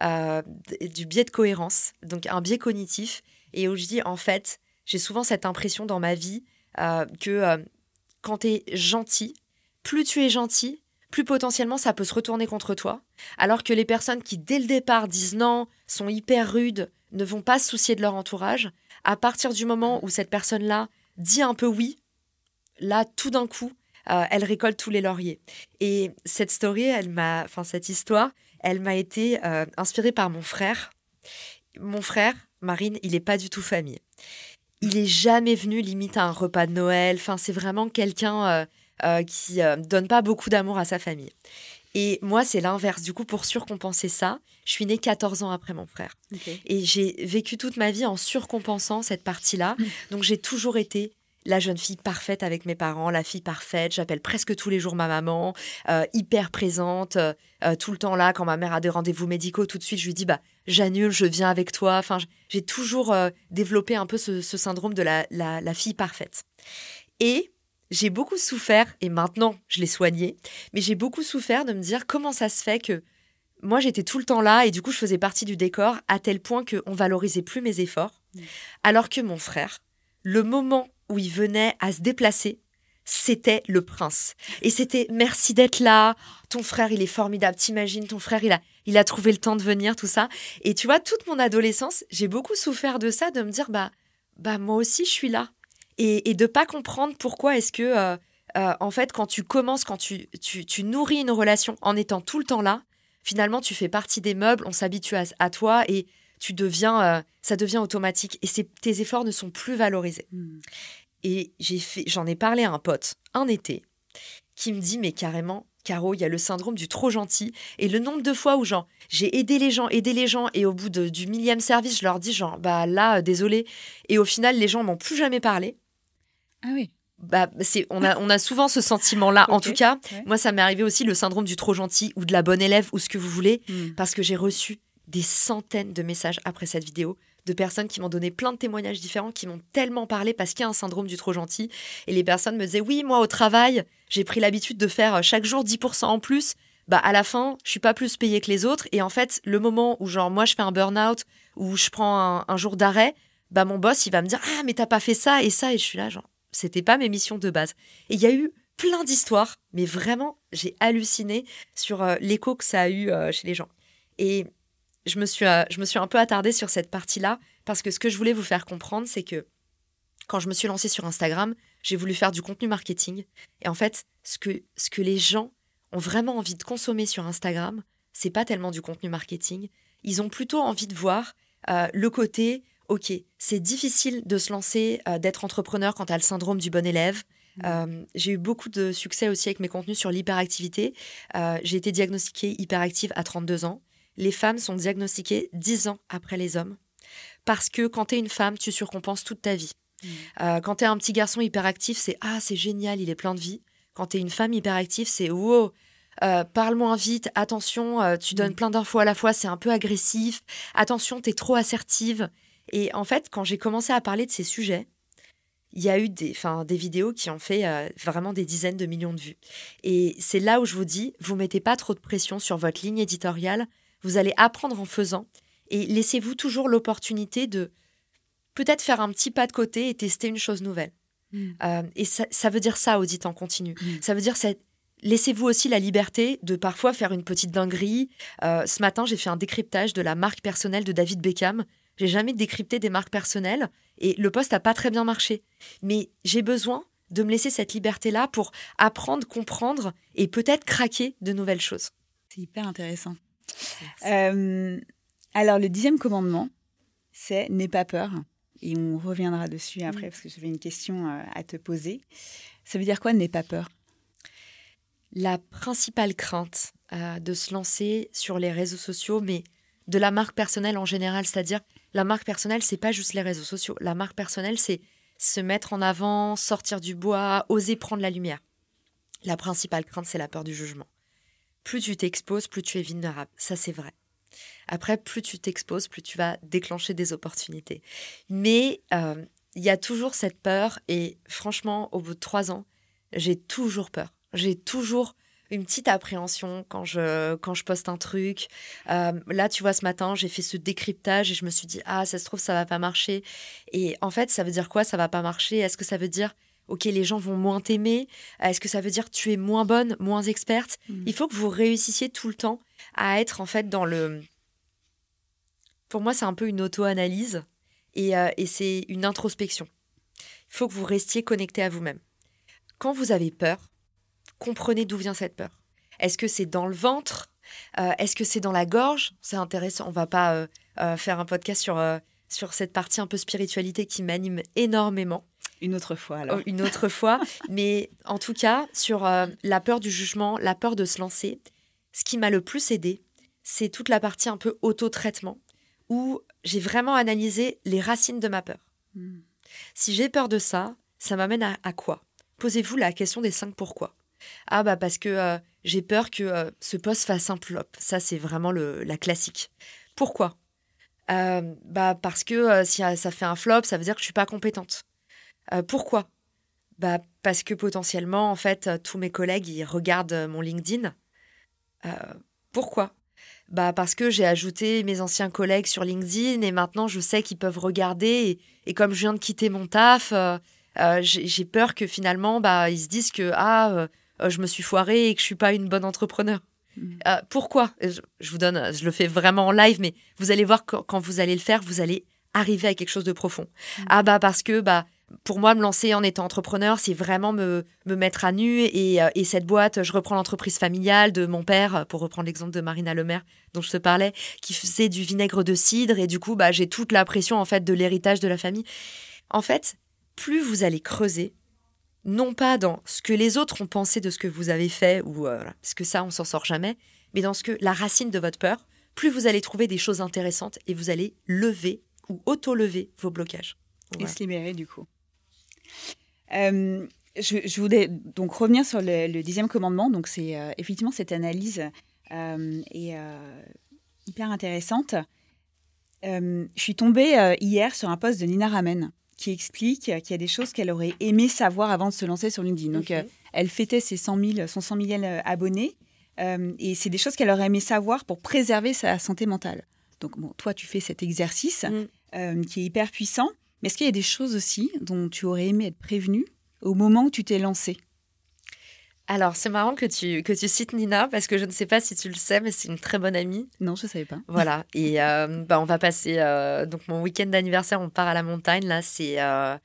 du biais de cohérence, donc un biais cognitif, et où je dis en fait, j'ai souvent cette impression dans ma vie que quand tu es gentil, plus tu es gentil, plus potentiellement ça peut se retourner contre toi. Alors que les personnes qui, dès le départ, disent non, sont hyper rudes, ne vont pas se soucier de leur entourage, à partir du moment où cette personne-là dit un peu oui, là, tout d'un coup, elle récolte tous les lauriers. Et cette cette histoire, elle m'a été inspirée par mon frère. Mon frère, Marine, il n'est pas du tout famille. Il n'est jamais venu limite à un repas de Noël. Enfin, c'est vraiment quelqu'un qui donne pas beaucoup d'amour à sa famille. Et moi, c'est l'inverse. Du coup, pour surcompenser ça, je suis née 14 ans après mon frère. Okay. Et j'ai vécu toute ma vie en surcompensant cette partie-là. Donc, j'ai toujours été la jeune fille parfaite avec mes parents, la fille parfaite. J'appelle presque tous les jours ma maman, hyper présente, tout le temps là. Quand ma mère a des rendez-vous médicaux, tout de suite, je lui dis j'annule, je viens avec toi. Enfin, j'ai toujours développé un peu ce syndrome de la fille parfaite. Et j'ai beaucoup souffert, et maintenant je l'ai soigné, mais j'ai beaucoup souffert de me dire comment ça se fait que moi j'étais tout le temps là et du coup je faisais partie du décor à tel point qu'on valorisait plus mes efforts, alors que mon frère, le moment où il venait à se déplacer, c'était le prince. Et c'était merci d'être là, ton frère il est formidable, t'imagines, ton frère il a trouvé le temps de venir, tout ça. Et tu vois, toute mon adolescence, j'ai beaucoup souffert de ça, de me dire moi aussi je suis là. Et de pas comprendre pourquoi est-ce que, en fait, quand tu commences, quand tu nourris une relation en étant tout le temps là, finalement, tu fais partie des meubles, on s'habitue à toi et ça devient automatique. Et tes efforts ne sont plus valorisés. Et j'en ai parlé à un pote, un été, qui me dit, mais carrément, Caro, il y a le syndrome du trop gentil. Et le nombre de fois où j'ai aidé les gens, et au bout du 1000e service, je leur dis désolé. Et au final, les gens m'ont plus jamais parlé. Ah oui. On a souvent ce sentiment-là. Okay. En tout cas, moi, ça m'est arrivé aussi le syndrome du trop gentil ou de la bonne élève ou ce que vous voulez, parce que j'ai reçu des centaines de messages après cette vidéo de personnes qui m'ont donné plein de témoignages différents, qui m'ont tellement parlé parce qu'il y a un syndrome du trop gentil. Et les personnes me disaient, oui, moi, au travail, j'ai pris l'habitude de faire chaque jour 10% en plus. À la fin, je suis pas plus payée que les autres. Et en fait, le moment où, moi, je fais un burn-out, ou je prends un jour d'arrêt, mon boss, il va me dire, ah, mais t'as pas fait ça et ça. Et je suis là, c'était pas mes missions de base. Et il y a eu plein d'histoires, mais vraiment, j'ai halluciné sur l'écho que ça a eu chez les gens. Et je me suis un peu attardée sur cette partie-là, parce que ce que je voulais vous faire comprendre, c'est que quand je me suis lancée sur Instagram, j'ai voulu faire du contenu marketing. Et en fait, ce que les gens ont vraiment envie de consommer sur Instagram, c'est pas tellement du contenu marketing. Ils ont plutôt envie de voir le côté... Ok, c'est difficile de se lancer, d'être entrepreneur quand tu as le syndrome du bon élève. J'ai eu beaucoup de succès aussi avec mes contenus sur l'hyperactivité. J'ai été diagnostiquée hyperactive à 32 ans. Les femmes sont diagnostiquées 10 ans après les hommes. Parce que quand tu es une femme, tu surcompenses toute ta vie. Quand tu es un petit garçon hyperactif, c'est génial, il est plein de vie. Quand tu es une femme hyperactive, c'est wow, parle moins vite, attention, tu donnes plein d'infos à la fois, c'est un peu agressif, attention, t'es trop assertive. Et en fait, quand j'ai commencé à parler de ces sujets, il y a eu des vidéos qui ont fait vraiment des dizaines de millions de vues. Et c'est là où je vous dis, vous mettez pas trop de pression sur votre ligne éditoriale, vous allez apprendre en faisant et laissez-vous toujours l'opportunité de peut-être faire un petit pas de côté et tester une chose nouvelle. Et ça veut dire ça, audit en continu. Ça veut dire laissez-vous aussi la liberté de parfois faire une petite dinguerie. Ce matin, j'ai fait un décryptage de la marque personnelle de David Beckham. J'ai jamais décrypté des marques personnelles et le post n'a pas très bien marché. Mais j'ai besoin de me laisser cette liberté-là pour apprendre, comprendre et peut-être craquer de nouvelles choses. C'est hyper intéressant. Alors, le 10e commandement, c'est « N'aie pas peur ». Et on reviendra dessus après parce que j'avais une question à te poser. Ça veut dire quoi, « N'aie pas peur » ? La principale crainte de se lancer sur les réseaux sociaux, mais de la marque personnelle en général, c'est-à-dire la marque personnelle, c'est pas juste les réseaux sociaux. La marque personnelle, c'est se mettre en avant, sortir du bois, oser prendre la lumière. La principale crainte, c'est la peur du jugement. Plus tu t'exposes, plus tu es vulnérable. Ça, c'est vrai. Après, plus tu t'exposes, plus tu vas déclencher des opportunités. Mais il y a toujours cette peur et franchement, au bout de 3 ans, j'ai toujours peur. J'ai toujours une petite appréhension quand je poste un truc. Là, tu vois, ce matin, j'ai fait ce décryptage et je me suis dit, ça se trouve, ça va pas marcher. Et en fait, ça veut dire quoi, ça va pas marcher ? Est-ce que ça veut dire, OK, les gens vont moins t'aimer ? Est-ce que ça veut dire tu es moins bonne, moins experte ? Il faut que vous réussissiez tout le temps à être en fait dans le... Pour moi, c'est un peu une auto-analyse et c'est une introspection. Il faut que vous restiez connecté à vous-même. Quand vous avez peur, comprenez d'où vient cette peur. Est-ce que c'est dans le ventre ? Est-ce que c'est dans la gorge ? C'est intéressant. On va pas faire un podcast sur cette partie un peu spiritualité qui m'anime énormément. Une autre fois, alors. Une autre fois. Mais en tout cas, sur la peur du jugement, la peur de se lancer, ce qui m'a le plus aidée, c'est toute la partie un peu auto-traitement où j'ai vraiment analysé les racines de ma peur. Si j'ai peur de ça, ça m'amène à quoi ? Posez-vous la question des 5 pourquoi. Parce que j'ai peur que ce post fasse un flop. Ça, c'est vraiment la classique. Pourquoi ? Parce que si ça fait un flop, ça veut dire que je suis pas compétente. Pourquoi ? Parce que potentiellement, en fait, tous mes collègues, ils regardent mon LinkedIn. Pourquoi ? Parce que j'ai ajouté mes anciens collègues sur LinkedIn et maintenant, je sais qu'ils peuvent regarder. Et comme je viens de quitter mon taf, j'ai peur que finalement, ils se disent que je me suis foirée et que je suis pas une bonne entrepreneur. Pourquoi ? Je vous donne, je le fais vraiment en live, mais vous allez voir quand vous allez le faire, vous allez arriver à quelque chose de profond. Parce que pour moi, me lancer en étant entrepreneur, c'est vraiment me mettre à nu et cette boîte, je reprends l'entreprise familiale de mon père, pour reprendre l'exemple de Marina Lemaire dont je te parlais, qui faisait du vinaigre de cidre et du coup, j'ai toute la pression en fait de l'héritage de la famille. En fait, plus vous allez creuser, non pas dans ce que les autres ont pensé de ce que vous avez fait, parce que ça, on s'en sort jamais, mais dans la racine de votre peur, plus vous allez trouver des choses intéressantes et vous allez lever ou auto-lever vos blocages. Et se libérer, du coup. Je voulais donc revenir sur le 10e commandement. Donc, c'est effectivement cette analyse est hyper intéressante. Je suis tombée hier sur un post de Nina Ramen qui explique qu'il y a des choses qu'elle aurait aimé savoir avant de se lancer sur LinkedIn. Donc, elle fêtait son 100 000 abonnés. Et c'est des choses qu'elle aurait aimé savoir pour préserver sa santé mentale. Donc, toi, tu fais cet exercice qui est hyper puissant. Mais est-ce qu'il y a des choses aussi dont tu aurais aimé être prévenue au moment où tu t'es lancée ? Alors, c'est marrant que tu cites Nina, parce que je ne sais pas si tu le sais, mais c'est une très bonne amie. Non, je ne savais pas. Voilà. Et on va passer... donc, mon week-end d'anniversaire, on part à la montagne. Là, c'est...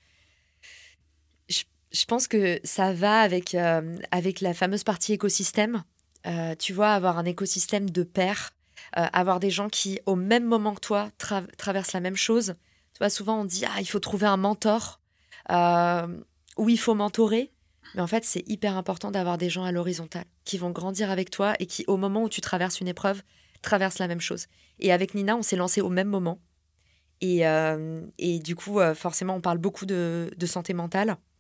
Je pense que ça va avec la fameuse partie écosystème. Tu vois, avoir un écosystème de pairs, avoir des gens qui, au même moment que toi, traversent la même chose. Tu vois, souvent, on dit « il faut trouver un mentor ou il faut mentorer ». Mais en fait, c'est hyper important d'avoir des gens à l'horizontale qui vont grandir avec toi et qui, au moment où tu traverses une épreuve, traversent la même chose. Et avec Nina, on s'est lancé au même moment. Et du coup, forcément, on parle beaucoup de santé mentale.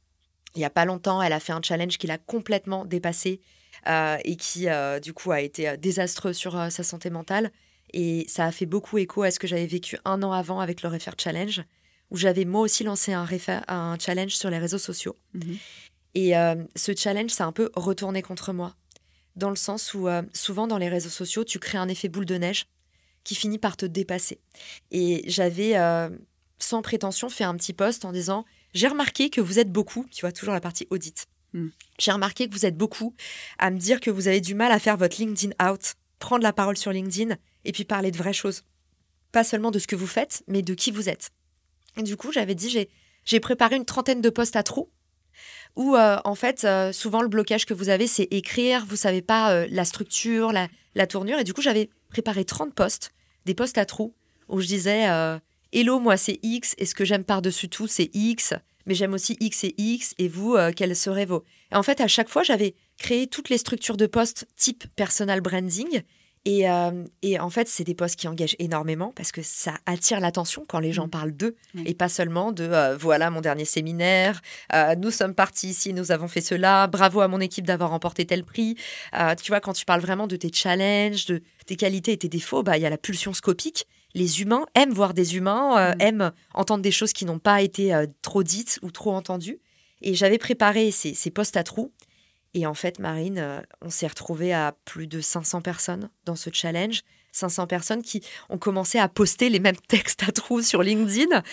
il n'y a pas longtemps, elle a fait un challenge qui l'a complètement dépassée et qui, du coup, a été désastreux sur sa santé mentale. Et ça a fait beaucoup écho à ce que j'avais vécu 1 an avant avec le Refer Challenge, où j'avais moi aussi lancé un challenge sur les réseaux sociaux. Mhm. Et ce challenge, ça a un peu retourné contre moi, dans le sens où souvent dans les réseaux sociaux, tu crées un effet boule de neige qui finit par te dépasser. Et j'avais, sans prétention, fait un petit post en disant « J'ai remarqué que vous êtes beaucoup », tu vois, toujours la partie audit. J'ai remarqué que vous êtes beaucoup à me dire que vous avez du mal à faire votre LinkedIn out, prendre la parole sur LinkedIn et puis parler de vraies choses. Pas seulement de ce que vous faites, mais de qui vous êtes. Et du coup, j'avais dit, j'ai préparé une 30aine de posts à trous où, en fait, souvent, le blocage que vous avez, c'est écrire. Vous savez pas la structure, la tournure. Et du coup, j'avais préparé 30 posts, des posts à trous, où je disais « Hello, moi, c'est X, et ce que j'aime par-dessus tout, c'est X, mais j'aime aussi X et X, et vous, quels seraient vos... » Et en fait, à chaque fois, j'avais créé toutes les structures de posts type personal branding. Et en fait, c'est des posts qui engagent énormément parce que ça attire l'attention quand les gens parlent d'eux et pas seulement de voilà mon dernier séminaire, nous sommes partis ici, nous avons fait cela, bravo à mon équipe d'avoir remporté tel prix. Tu vois, quand tu parles vraiment de tes challenges, de tes qualités et tes défauts, il y a la pulsion scopique. Les humains aiment voir des humains, aiment entendre des choses qui n'ont pas été trop dites ou trop entendues. Et j'avais préparé ces posts à trous. Et en fait, Marine, on s'est retrouvés à plus de 500 personnes dans ce challenge. 500 personnes qui ont commencé à poster les mêmes textes à trous sur LinkedIn.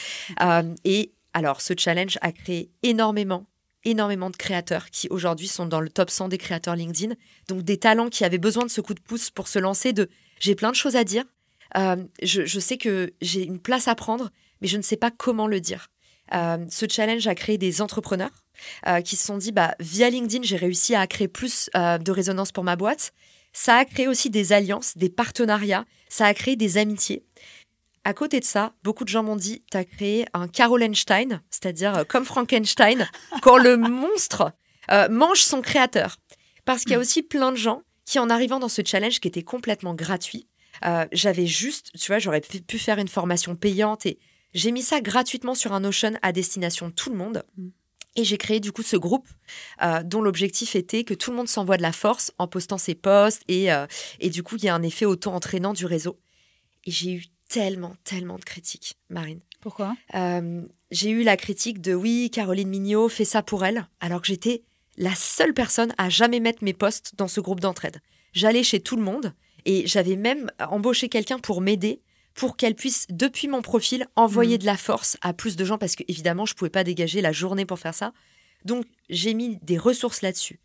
Et alors, ce challenge a créé énormément de créateurs qui aujourd'hui sont dans le top 100 des créateurs LinkedIn. Donc, des talents qui avaient besoin de ce coup de pouce pour se lancer j'ai plein de choses à dire. Je sais que j'ai une place à prendre, mais je ne sais pas comment le dire. Ce challenge a créé des entrepreneurs qui se sont dit via LinkedIn, j'ai réussi à créer plus de résonance pour ma boîte. Ça a créé aussi des alliances, des partenariats, ça a créé des amitiés. À côté de ça, beaucoup de gens m'ont dit t'as créé un Carolenstein, c'est-à-dire comme Frankenstein, quand le monstre mange son créateur. Parce qu'il y a aussi plein de gens qui, en arrivant dans ce challenge qui était complètement gratuit, j'avais juste, tu vois, j'aurais pu faire une formation payante et j'ai mis ça gratuitement sur un Notion à destination de tout le monde. Et j'ai créé du coup ce groupe dont l'objectif était que tout le monde s'envoie de la force en postant ses posts et du coup, il y a un effet auto-entraînant du réseau. Et j'ai eu tellement de critiques, Marine. Pourquoi ? J'ai eu la critique de « Oui, Caroline Mignot fait ça pour elle », alors que j'étais la seule personne à jamais mettre mes posts dans ce groupe d'entraide. J'allais chez tout le monde et j'avais même embauché quelqu'un pour m'aider pour qu'elle puisse, depuis mon profil, envoyer de la force à plus de gens, parce que évidemment, je ne pouvais pas dégager la journée pour faire ça. Donc, j'ai mis des ressources là-dessus.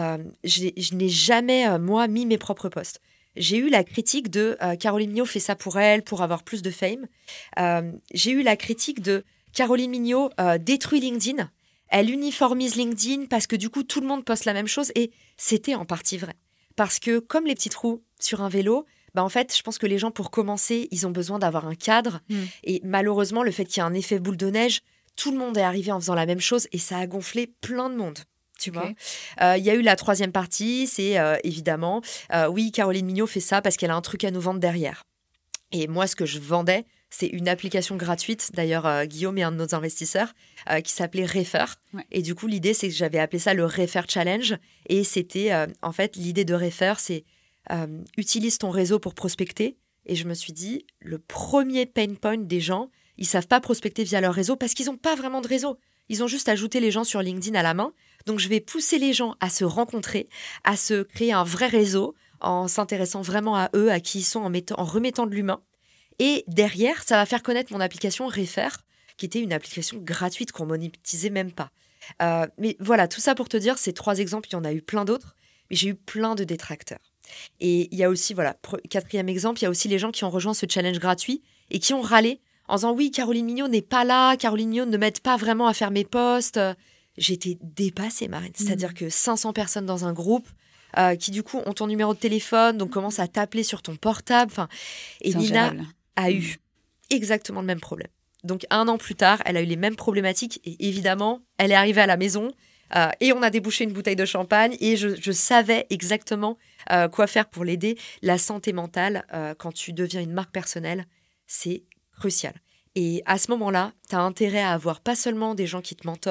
Je n'ai jamais, moi, mis mes propres posts. J'ai eu la critique de Caroline Mignot fait ça pour elle, pour avoir plus de fame. J'ai eu la critique de Caroline Mignot détruit LinkedIn. Elle uniformise LinkedIn parce que du coup, tout le monde poste la même chose. Et c'était en partie vrai. Parce que comme les petits trous sur un vélo, en fait, je pense que les gens, pour commencer, ils ont besoin d'avoir un cadre. Et malheureusement, le fait qu'il y ait un effet boule de neige, tout le monde est arrivé en faisant la même chose et ça a gonflé plein de monde. Tu vois, il y a eu la 3e partie, c'est évidemment, oui, Caroline Mignot fait ça parce qu'elle a un truc à nous vendre derrière. Et moi, ce que je vendais, c'est une application gratuite. D'ailleurs, Guillaume est un de nos investisseurs qui s'appelait Refer. Ouais. Et du coup, l'idée, c'est que j'avais appelé ça le Refer Challenge. Et c'était, en fait, l'idée de Refer, c'est utilise ton réseau pour prospecter. Et je me suis dit, le premier pain point des gens, ils savent pas prospecter via leur réseau parce qu'ils n'ont pas vraiment de réseau. Ils ont juste ajouté les gens sur LinkedIn à la main. Donc, je vais pousser les gens à se rencontrer, à se créer un vrai réseau en s'intéressant vraiment à eux, à qui ils sont, en remettant de l'humain. Et derrière, ça va faire connaître mon application Refer, qui était une application gratuite qu'on monétisait même pas. Mais voilà, tout ça pour te dire, ces 3 exemples, il y en a eu plein d'autres, mais j'ai eu plein de détracteurs. Et il y a aussi, voilà, 4e exemple, il y a aussi les gens qui ont rejoint ce challenge gratuit et qui ont râlé en disant « Oui, Caroline Mignot n'est pas là, Caroline Mignot ne m'aide pas vraiment à faire mes posts. » J'étais dépassée, Marine. C'est-à-dire que 500 personnes dans un groupe qui, du coup, ont ton numéro de téléphone, donc commencent à t'appeler sur ton portable. Et Nina a eu exactement le même problème. Donc, 1 an plus tard, elle a eu les mêmes problématiques. Et évidemment, elle est arrivée à la maison et on a débouché une bouteille de champagne. Et je savais exactement quoi faire pour l'aider. La santé mentale, quand tu deviens une marque personnelle, c'est crucial. Et à ce moment-là, tu as intérêt à avoir pas seulement des gens qui te mentorent,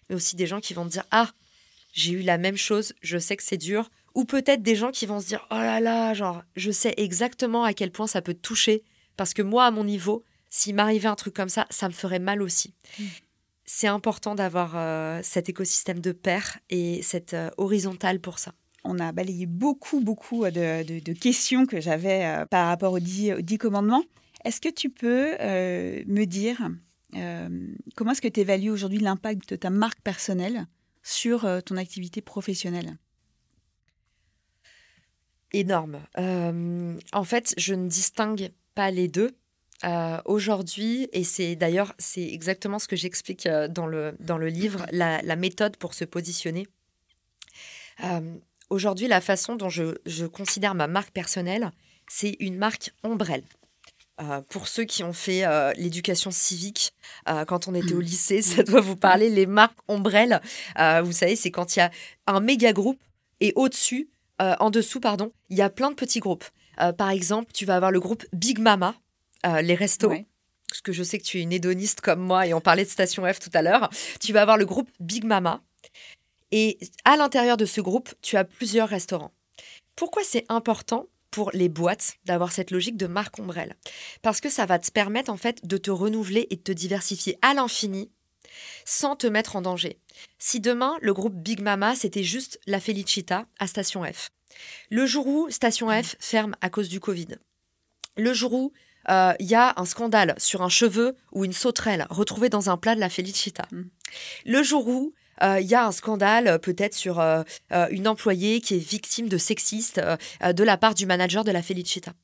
mais aussi des gens qui vont te dire « Ah, j'ai eu la même chose, je sais que c'est dur ». Ou peut-être des gens qui vont se dire « Oh là là, genre, je sais exactement à quel point ça peut te toucher, parce que moi, à mon niveau, s'il m'arrivait un truc comme ça, ça me ferait mal aussi. » C'est important d'avoir cet écosystème de pairs et cette horizontale pour ça. On a balayé beaucoup de questions que j'avais par rapport aux 10 commandements. Est-ce que tu peux me dire comment est-ce que tu évalues aujourd'hui l'impact de ta marque personnelle sur ton activité professionnelle ? Énorme. En fait, je ne distingue pas les deux. Aujourd'hui, et c'est exactement ce que j'explique dans le livre, la méthode pour se positionner. Aujourd'hui, la façon dont je considère ma marque personnelle, c'est une marque ombrelle. Pour ceux qui ont fait l'éducation civique, quand on était au lycée, ça doit vous parler, les marques ombrelles. Vous savez, c'est quand il y a un méga groupe et en dessous, il y a plein de petits groupes. Par exemple, tu vas avoir le groupe Big Mama, les restos. Ouais. Parce que je sais que tu es une hédoniste comme moi et on parlait de Station F tout à l'heure. Tu vas avoir le groupe Big Mama. Et à l'intérieur de ce groupe, tu as plusieurs restaurants. Pourquoi c'est important pour les boîtes d'avoir cette logique de marque ombrelle ? Parce que ça va te permettre en fait de te renouveler et de te diversifier à l'infini sans te mettre en danger. Si demain, le groupe Big Mama, c'était juste la Felicita à Station F. Le jour où Station F ferme à cause du Covid. Le jour où il y a un scandale sur un cheveu ou une sauterelle retrouvée dans un plat de la Felicita. Le jour où il y a un scandale peut-être sur une employée qui est victime de sexisme de la part du manager de la Felicita.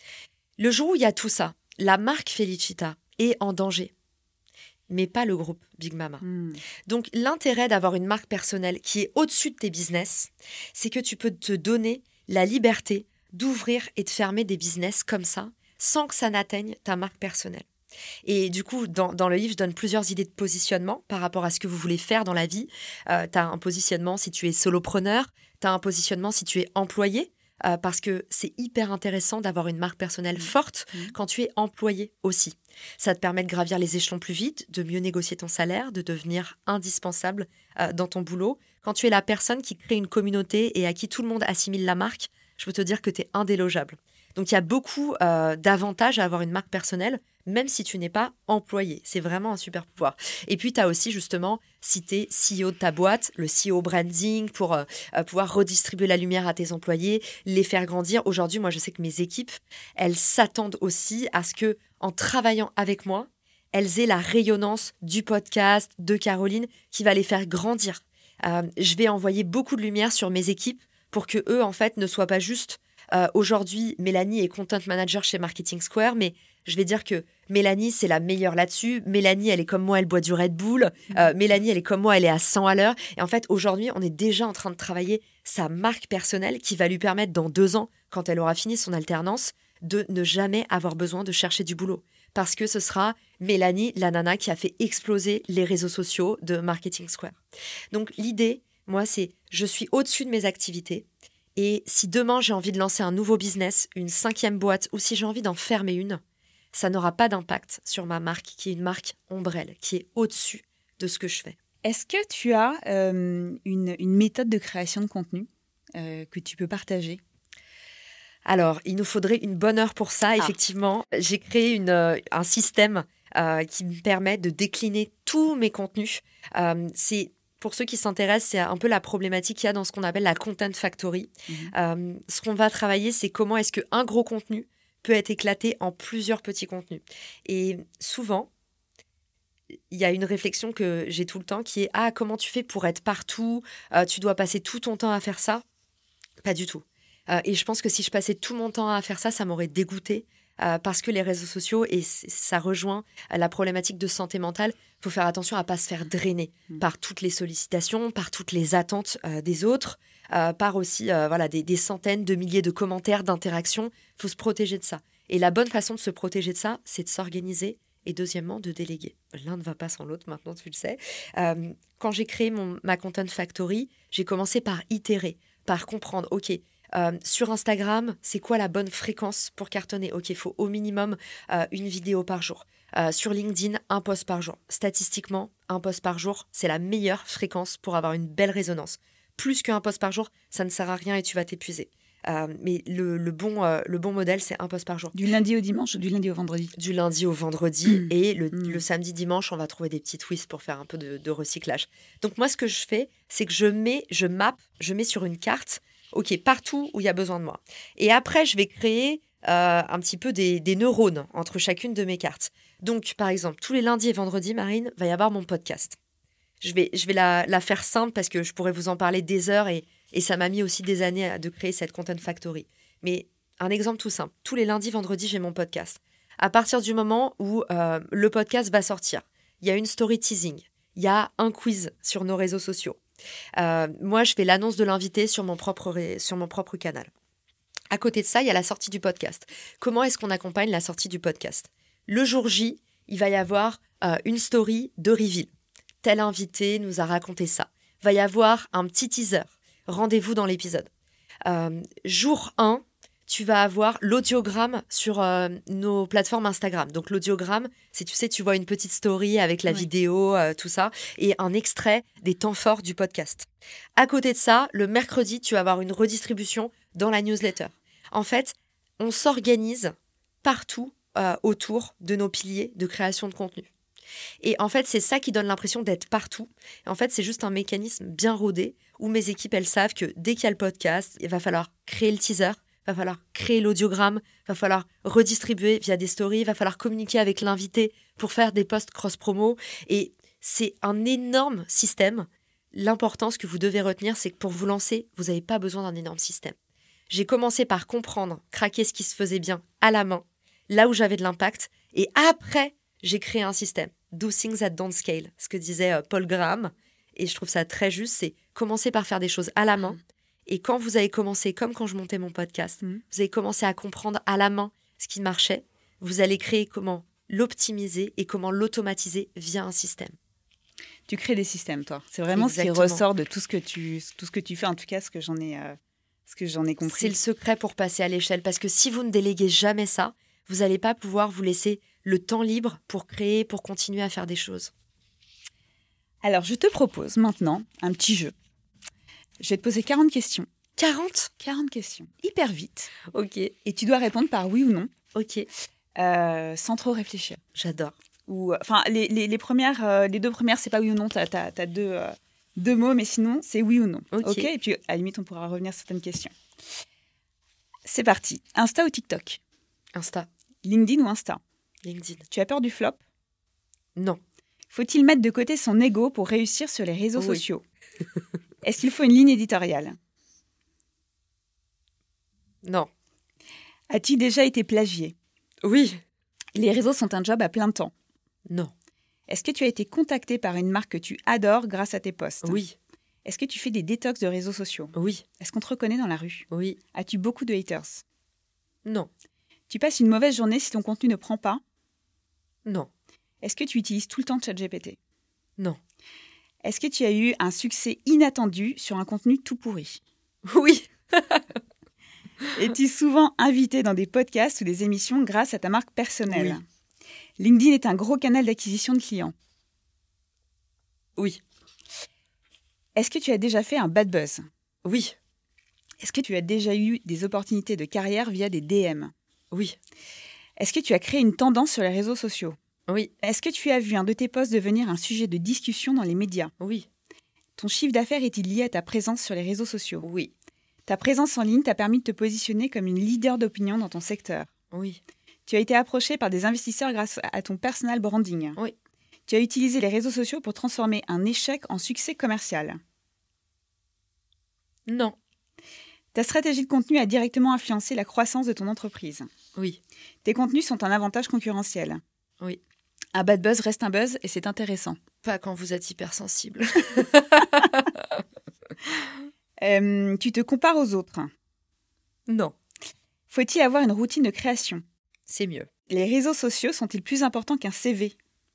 Le jour où il y a tout ça, la marque Felicita est en danger, mais pas le groupe Big Mama. Donc l'intérêt d'avoir une marque personnelle qui est au-dessus de tes business, c'est que tu peux te donner la liberté d'ouvrir et de fermer des business comme ça, sans que ça n'atteigne ta marque personnelle. Et du coup, dans le livre, je donne plusieurs idées de positionnement par rapport à ce que vous voulez faire dans la vie. Tu as un positionnement si tu es solopreneur, tu as un positionnement si tu es employé, parce que c'est hyper intéressant d'avoir une marque personnelle forte quand tu es employé aussi. Ça te permet de gravir les échelons plus vite, de mieux négocier ton salaire, de devenir indispensable dans ton boulot. Quand tu es la personne qui crée une communauté et à qui tout le monde assimile la marque, je peux te dire que tu es indélogeable. Donc, il y a beaucoup d'avantages à avoir une marque personnelle, même si tu n'es pas employé. C'est vraiment un super pouvoir. Et puis, tu as aussi justement, si tu es CEO de ta boîte, le CEO branding pour pouvoir redistribuer la lumière à tes employés, les faire grandir. Aujourd'hui, moi, je sais que mes équipes, elles s'attendent aussi à ce que, en travaillant avec moi, elles aient la rayonnance du podcast de Caroline qui va les faire grandir. Je vais envoyer beaucoup de lumière sur mes équipes pour que eux, en fait, ne soient pas juste aujourd'hui, Mélanie est content manager chez Marketing Square, mais je vais dire que Mélanie, c'est la meilleure là-dessus. Mélanie, elle est comme moi, elle boit du Red Bull. Mélanie, elle est comme moi, elle est à 100 à l'heure. Et en fait, aujourd'hui, on est déjà en train de travailler sa marque personnelle qui va lui permettre, dans 2 ans, quand elle aura fini son alternance, de ne jamais avoir besoin de chercher du boulot. Parce que ce sera Mélanie, la nana qui a fait exploser les réseaux sociaux de Marketing Square. Donc, l'idée, moi, c'est je suis au-dessus de mes activités. Et si demain, j'ai envie de lancer un nouveau business, une 5e boîte, ou si j'ai envie d'en fermer une, ça n'aura pas d'impact sur ma marque, qui est une marque ombrelle, qui est au-dessus de ce que je fais. Est-ce que tu as une méthode de création de contenu que tu peux partager ? Alors, il nous faudrait une bonne heure pour ça. Effectivement, j'ai créé un système qui me permet de décliner tous mes contenus. Pour ceux qui s'intéressent, c'est un peu la problématique qu'il y a dans ce qu'on appelle la Content Factory. Ce qu'on va travailler, c'est comment est-ce qu'un gros contenu peut être éclaté en plusieurs petits contenus. Et souvent, il y a une réflexion que j'ai tout le temps qui est « Ah, comment tu fais pour être partout ? Tu dois passer tout ton temps à faire ça ?» Pas du tout. Et je pense que si je passais tout mon temps à faire ça, ça m'aurait dégoûtée. Parce que les réseaux sociaux, et ça rejoint la problématique de santé mentale, il faut faire attention à ne pas se faire drainer par toutes les sollicitations, par toutes les attentes des autres, par aussi des centaines de milliers de commentaires, d'interactions. Il faut se protéger de ça. Et la bonne façon de se protéger de ça, c'est de s'organiser et deuxièmement, de déléguer. L'un ne va pas sans l'autre, maintenant tu le sais. Quand j'ai créé ma Content Factory, j'ai commencé par itérer, par comprendre, OK, sur Instagram, c'est quoi la bonne fréquence pour cartonner ? OK, il faut au minimum une vidéo par jour. Sur LinkedIn, un post par jour. Statistiquement, un post par jour, c'est la meilleure fréquence pour avoir une belle résonance. Plus qu'un post par jour, ça ne sert à rien et tu vas t'épuiser. Mais le bon modèle, c'est un post par jour. Du lundi au dimanche ou du lundi au vendredi? Du lundi au vendredi. Et le samedi, dimanche, on va trouver des petits twists pour faire un peu de recyclage. Donc moi, ce que je fais, c'est que je mets sur une carte, OK, partout où il y a besoin de moi. Et après, je vais créer un petit peu des neurones entre chacune de mes cartes. Donc, par exemple, tous les lundis et vendredis, Marine, va y avoir mon podcast. Je vais la faire simple parce que je pourrais vous en parler des heures et ça m'a mis aussi des années de créer cette Content Factory. Mais un exemple tout simple. Tous les lundis, vendredis, j'ai mon podcast. À partir du moment où le podcast va sortir, il y a une story teasing, il y a un quiz sur nos réseaux sociaux. Moi, je fais l'annonce de l'invité sur mon propre canal. À côté de ça, il y a la sortie du podcast. Comment est-ce qu'on accompagne la sortie du podcast? Le jour J, il va y avoir une story de reveal. Tel invité nous a raconté ça. Il va y avoir un petit teaser. Rendez-vous dans l'épisode. Jour 1, tu vas avoir l'audiogramme sur nos plateformes Instagram. Donc l'audiogramme, c'est, tu vois une petite story avec la vidéo, tout ça, et un extrait des temps forts du podcast. À côté de ça, le mercredi, tu vas avoir une redistribution dans la newsletter. En fait, on s'organise partout autour de nos piliers de création de contenu. Et en fait, c'est ça qui donne l'impression d'être partout. Et en fait, c'est juste un mécanisme bien rodé où mes équipes, elles savent que dès qu'il y a le podcast, il va falloir créer le teaser, il va falloir créer l'audiogramme, il va falloir redistribuer via des stories, il va falloir communiquer avec l'invité pour faire des posts cross-promo. Et c'est un énorme système. L'important, ce que vous devez retenir, c'est que pour vous lancer, vous n'avez pas besoin d'un énorme système. J'ai commencé par comprendre, craquer ce qui se faisait bien à la main, là où j'avais de l'impact. Et après, j'ai créé un système. Do things that don't scale, ce que disait Paul Graham. Et je trouve ça très juste, c'est commencer par faire des choses à la main. Et quand vous avez commencé, comme quand je montais mon podcast, vous avez commencé à comprendre à la main ce qui marchait, vous allez créer comment l'optimiser et comment l'automatiser via un système. Tu crées des systèmes, toi. C'est vraiment Exactement. Ce qui ressort de tout ce que tu fais, en tout cas, ce que j'en ai compris. C'est le secret pour passer à l'échelle, parce que si vous ne déléguez jamais ça, vous n'allez pas pouvoir vous laisser le temps libre pour créer, pour continuer à faire des choses. Alors, je te propose maintenant un petit jeu. Je vais te poser 40 questions. 40 questions. Hyper vite. Ok. Et tu dois répondre par oui ou non. Ok. Sans trop réfléchir. J'adore. Enfin, les deux premières, c'est pas oui ou non. T'as deux mots, mais sinon, c'est oui ou non. Ok. Et puis, à la limite, on pourra revenir sur certaines questions. C'est parti. Insta ou TikTok? Insta. LinkedIn ou Insta? LinkedIn. Tu as peur du flop? Non. Faut-il mettre de côté son ego pour réussir sur les réseaux Oui. sociaux? Est-ce qu'il faut une ligne éditoriale? Non. As-tu déjà été plagié? Oui. Les réseaux sont un job à plein temps. Non. Est-ce que tu as été contacté par une marque que tu adores grâce à tes posts? Oui. Est-ce que tu fais des détox de réseaux sociaux? Oui. Est-ce qu'on te reconnaît dans la rue? Oui. As-tu beaucoup de haters? Non. Tu passes une mauvaise journée si ton contenu ne prend pas? Non. Est-ce que tu utilises tout le temps ChatGPT? Non. Est-ce que tu as eu un succès inattendu sur un contenu tout pourri? Oui. Es-tu souvent invité dans des podcasts ou des émissions grâce à ta marque personnelle? Oui. LinkedIn est un gros canal d'acquisition de clients. Oui. Est-ce que tu as déjà fait un bad buzz? Oui. Est-ce que tu as déjà eu des opportunités de carrière via des DM? Oui. Est-ce que tu as créé une tendance sur les réseaux sociaux? Oui. Est-ce que tu as vu un de tes posts devenir un sujet de discussion dans les médias? Oui. Ton chiffre d'affaires est-il lié à ta présence sur les réseaux sociaux? Oui. Ta présence en ligne t'a permis de te positionner comme une leader d'opinion dans ton secteur. Oui. Tu as été approché par des investisseurs grâce à ton personal branding. Oui. Tu as utilisé les réseaux sociaux pour transformer un échec en succès commercial. Non. Ta stratégie de contenu a directement influencé la croissance de ton entreprise. Oui. Tes contenus sont un avantage concurrentiel. Oui. Un bad buzz reste un buzz et c'est intéressant. Pas quand vous êtes hypersensible. Tu te compares aux autres. Non. Faut-il avoir une routine de création? C'est mieux. Les réseaux sociaux sont-ils plus importants qu'un CV?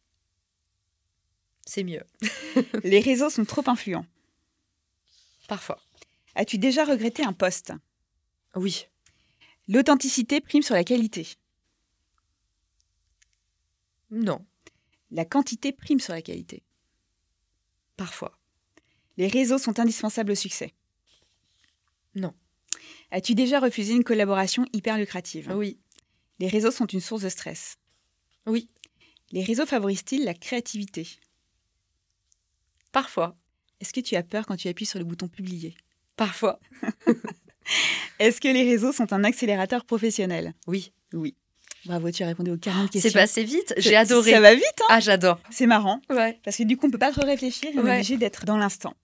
C'est mieux. Les réseaux sont trop influents. Parfois. As-tu déjà regretté un post? Oui. L'authenticité prime sur la qualité. Non, La quantité prime sur la qualité. parfois. Les réseaux sont indispensables au succès. Non. As-tu déjà refusé une collaboration hyper lucrative? Oui. Les réseaux sont une source de stress. Oui. Les réseaux favorisent-ils la créativité? Parfois. Est-ce que tu as peur quand tu appuies sur le bouton publier? Parfois. Est-ce que les réseaux sont un accélérateur professionnel? Oui. Oui. Bravo, tu as répondu aux 40 questions. C'est passé vite. J'ai adoré. Ça va vite, hein? Ah, j'adore. C'est marrant. Ouais. Parce que du coup, on ne peut pas trop réfléchir, on est Ouais. obligé d'être dans l'instant.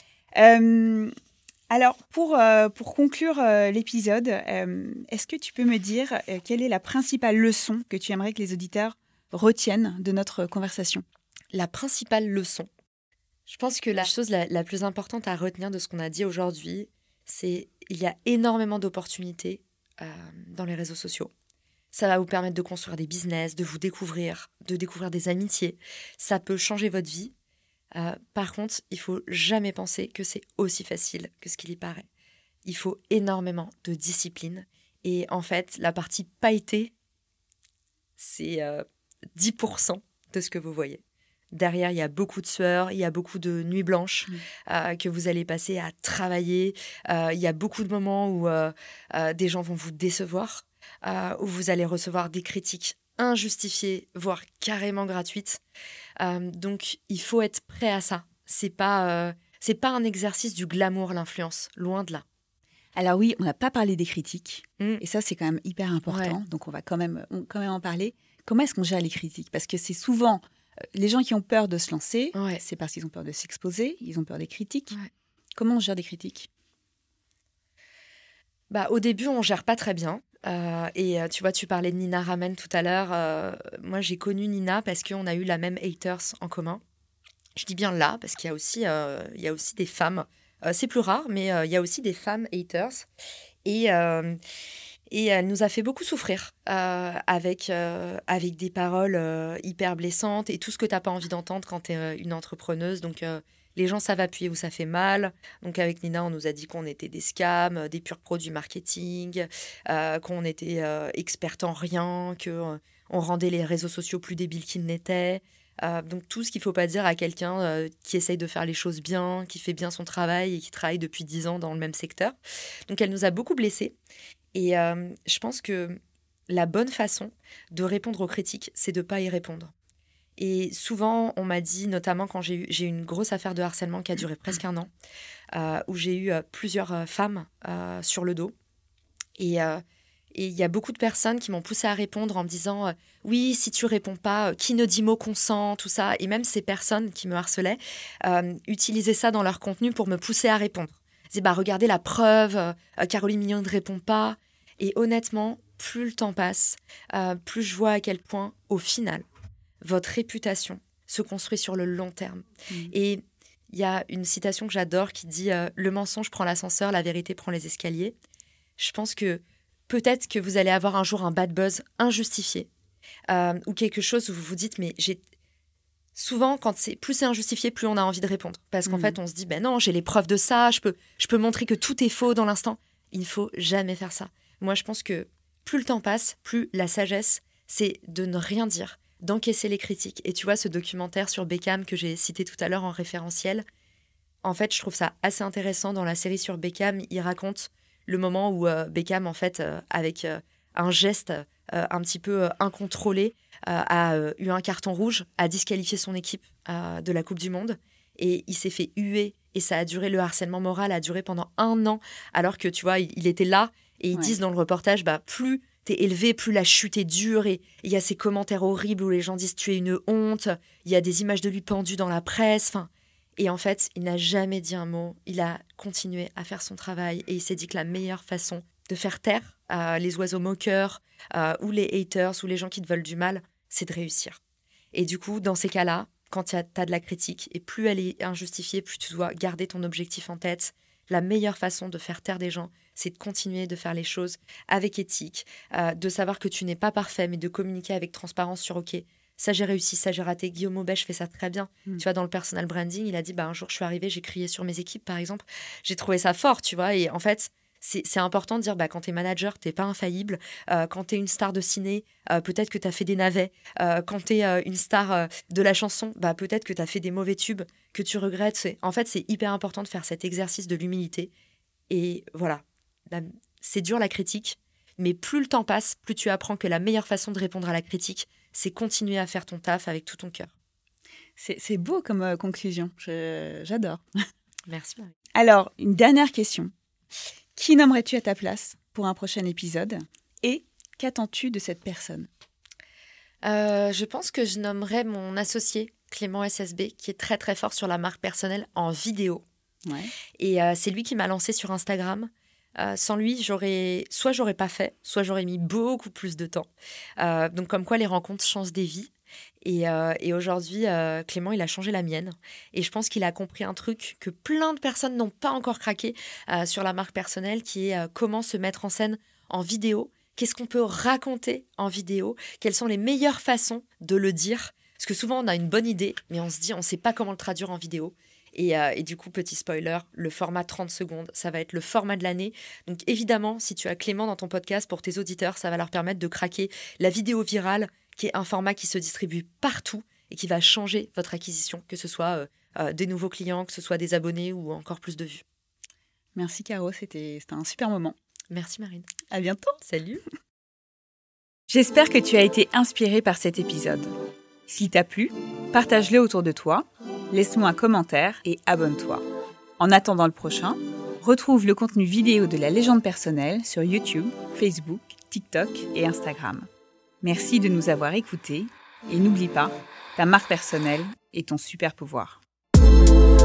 Alors, pour conclure l'épisode, est-ce que tu peux me dire quelle est la principale leçon que tu aimerais que les auditeurs retiennent de notre conversation? La principale leçon. Je pense que la chose la plus importante à retenir de ce qu'on a dit aujourd'hui, c'est qu'il y a énormément d'opportunités dans les réseaux sociaux. Ça va vous permettre de construire des business, de vous découvrir, de découvrir des amitiés. Ça peut changer votre vie. Par contre, il faut jamais penser que c'est aussi facile que ce qu'il y paraît. Il faut énormément de discipline. Et en fait, la partie pailletée, c'est 10% de ce que vous voyez. Derrière, il y a beaucoup de sueur, il y a beaucoup de nuits blanches que vous allez passer à travailler. Il y a beaucoup de moments où des gens vont vous décevoir, où vous allez recevoir des critiques injustifiées, voire carrément gratuites. Donc, il faut être prêt à ça. C'est pas un exercice du glamour, l'influence, loin de là. Alors oui, on n'a pas parlé des critiques, Mm. et ça, c'est quand même hyper important, donc on va quand même en parler. Comment est-ce qu'on gère les critiques? Parce que c'est souvent les gens qui ont peur de se lancer, Ouais. c'est parce qu'ils ont peur de s'exposer, ils ont peur des critiques. Ouais. Comment on gère des critiques? Au début, on gère pas très bien. Tu vois, tu parlais de Nina Ramen tout à l'heure. Moi, j'ai connu Nina parce qu'on a eu la même haters en commun. Je dis bien là parce qu'il y a aussi des femmes. C'est plus rare, mais il y a aussi des femmes haters. Et elle nous a fait beaucoup souffrir avec des paroles hyper blessantes et tout ce que tu n'as pas envie d'entendre quand tu es une entrepreneuse. Donc, les gens savent appuyer où ça fait mal. Donc, avec Nina, on nous a dit qu'on était des scams, des purs produits marketing, qu'on était experts en rien, qu'on rendait les réseaux sociaux plus débiles qu'ils n'étaient. Donc, tout ce qu'il ne faut pas dire à quelqu'un qui essaye de faire les choses bien, qui fait bien son travail et qui travaille depuis 10 ans dans le même secteur. Donc, elle nous a beaucoup blessés. Et je pense que la bonne façon de répondre aux critiques, c'est de ne pas y répondre. Et souvent, on m'a dit, notamment quand j'ai eu une grosse affaire de harcèlement qui a duré presque 1 an, où j'ai eu plusieurs femmes sur le dos. Et il y a beaucoup de personnes qui m'ont poussée à répondre en me disant oui, si tu réponds pas, qui ne dit mot consent, tout ça. Et même ces personnes qui me harcelaient utilisaient ça dans leur contenu pour me pousser à répondre. Ils disaient regardez la preuve, Caroline Mignon ne répond pas. Et honnêtement, plus le temps passe, plus je vois à quel point, au final, votre réputation se construit sur le long terme. Et il y a une citation que j'adore qui dit le mensonge prend l'ascenseur, la vérité prend les escaliers. Je pense que peut-être que vous allez avoir un jour un bad buzz injustifié ou quelque chose où vous vous dites mais souvent quand plus c'est injustifié, plus on a envie de répondre parce qu'en fait on se dit non, j'ai les preuves de ça, je peux montrer que tout est faux dans l'instant. Il ne faut jamais faire ça. Moi je pense que plus le temps passe, plus la sagesse c'est de ne rien dire, d'encaisser les critiques. Et tu vois ce documentaire sur Beckham que j'ai cité tout à l'heure en référentiel, en fait je trouve ça assez intéressant. Dans la série sur Beckham, il raconte le moment où Beckham, en fait, avec un geste un petit peu incontrôlé, a eu un carton rouge, a disqualifié son équipe de la Coupe du Monde. Et il s'est fait huer. Et ça a duré, le harcèlement moral a duré pendant 1 an. Alors que, tu vois, il était là. Et ils disent dans le reportage, plus t'es élevé, plus la chute est dure. Et il y a ces commentaires horribles où les gens disent tu es une honte. Il y a des images de lui pendu dans la presse. Et en fait, il n'a jamais dit un mot. Il a continué à faire son travail et il s'est dit que la meilleure façon de faire taire les oiseaux moqueurs ou les haters ou les gens qui te veulent du mal, c'est de réussir. Et du coup, dans ces cas-là, quand tu as de la critique et plus elle est injustifiée, plus tu dois garder ton objectif en tête. La meilleure façon de faire taire des gens, c'est de continuer de faire les choses avec éthique, de savoir que tu n'es pas parfait, mais de communiquer avec transparence sur OK, ça j'ai réussi, ça j'ai raté. Guillaume Aubèche fait ça très bien. Tu vois, dans le personal branding, il a dit un jour je suis arrivée, j'ai crié sur mes équipes par exemple. J'ai trouvé ça fort, tu vois. Et en fait, C'est important de dire, quand t'es manager, t'es pas infaillible. Quand t'es une star de ciné, peut-être que t'as fait des navets. Quand t'es une star de la chanson, peut-être que t'as fait des mauvais tubes que tu regrettes. C'est hyper important de faire cet exercice de l'humilité. Et voilà, c'est dur la critique, mais plus le temps passe, plus tu apprends que la meilleure façon de répondre à la critique, c'est continuer à faire ton taf avec tout ton cœur. C'est beau comme conclusion, j'adore. Merci Marie. Alors, une dernière question. Qui nommerais-tu à ta place pour un prochain épisode et qu'attends-tu de cette personne ? Je pense que je nommerais mon associé Clément SSB, qui est très très fort sur la marque personnelle en vidéo. Ouais. Et c'est lui qui m'a lancée sur Instagram. Sans lui, j'aurais pas fait, soit j'aurais mis beaucoup plus de temps. Donc comme quoi les rencontres changent des vies. Et aujourd'hui, Clément, il a changé la mienne. Et je pense qu'il a compris un truc que plein de personnes n'ont pas encore craqué sur la marque personnelle, qui est comment se mettre en scène en vidéo. Qu'est-ce qu'on peut raconter en vidéo ? Quelles sont les meilleures façons de le dire ? Parce que souvent, on a une bonne idée, mais on se dit, on ne sait pas comment le traduire en vidéo. Et du coup, petit spoiler, le format 30 secondes, ça va être le format de l'année. Donc évidemment, si tu as Clément dans ton podcast, pour tes auditeurs, ça va leur permettre de craquer la vidéo virale, qui est un format qui se distribue partout et qui va changer votre acquisition, que ce soit des nouveaux clients, que ce soit des abonnés ou encore plus de vues. Merci Caro, c'était un super moment. Merci Marine. À bientôt. Salut. J'espère que tu as été inspirée par cet épisode. S'il t'a plu, partage-le autour de toi, laisse-moi un commentaire et abonne-toi. En attendant le prochain, retrouve le contenu vidéo de la légende personnelle sur YouTube, Facebook, TikTok et Instagram. Merci de nous avoir écoutés et n'oublie pas, ta marque personnelle est ton super pouvoir.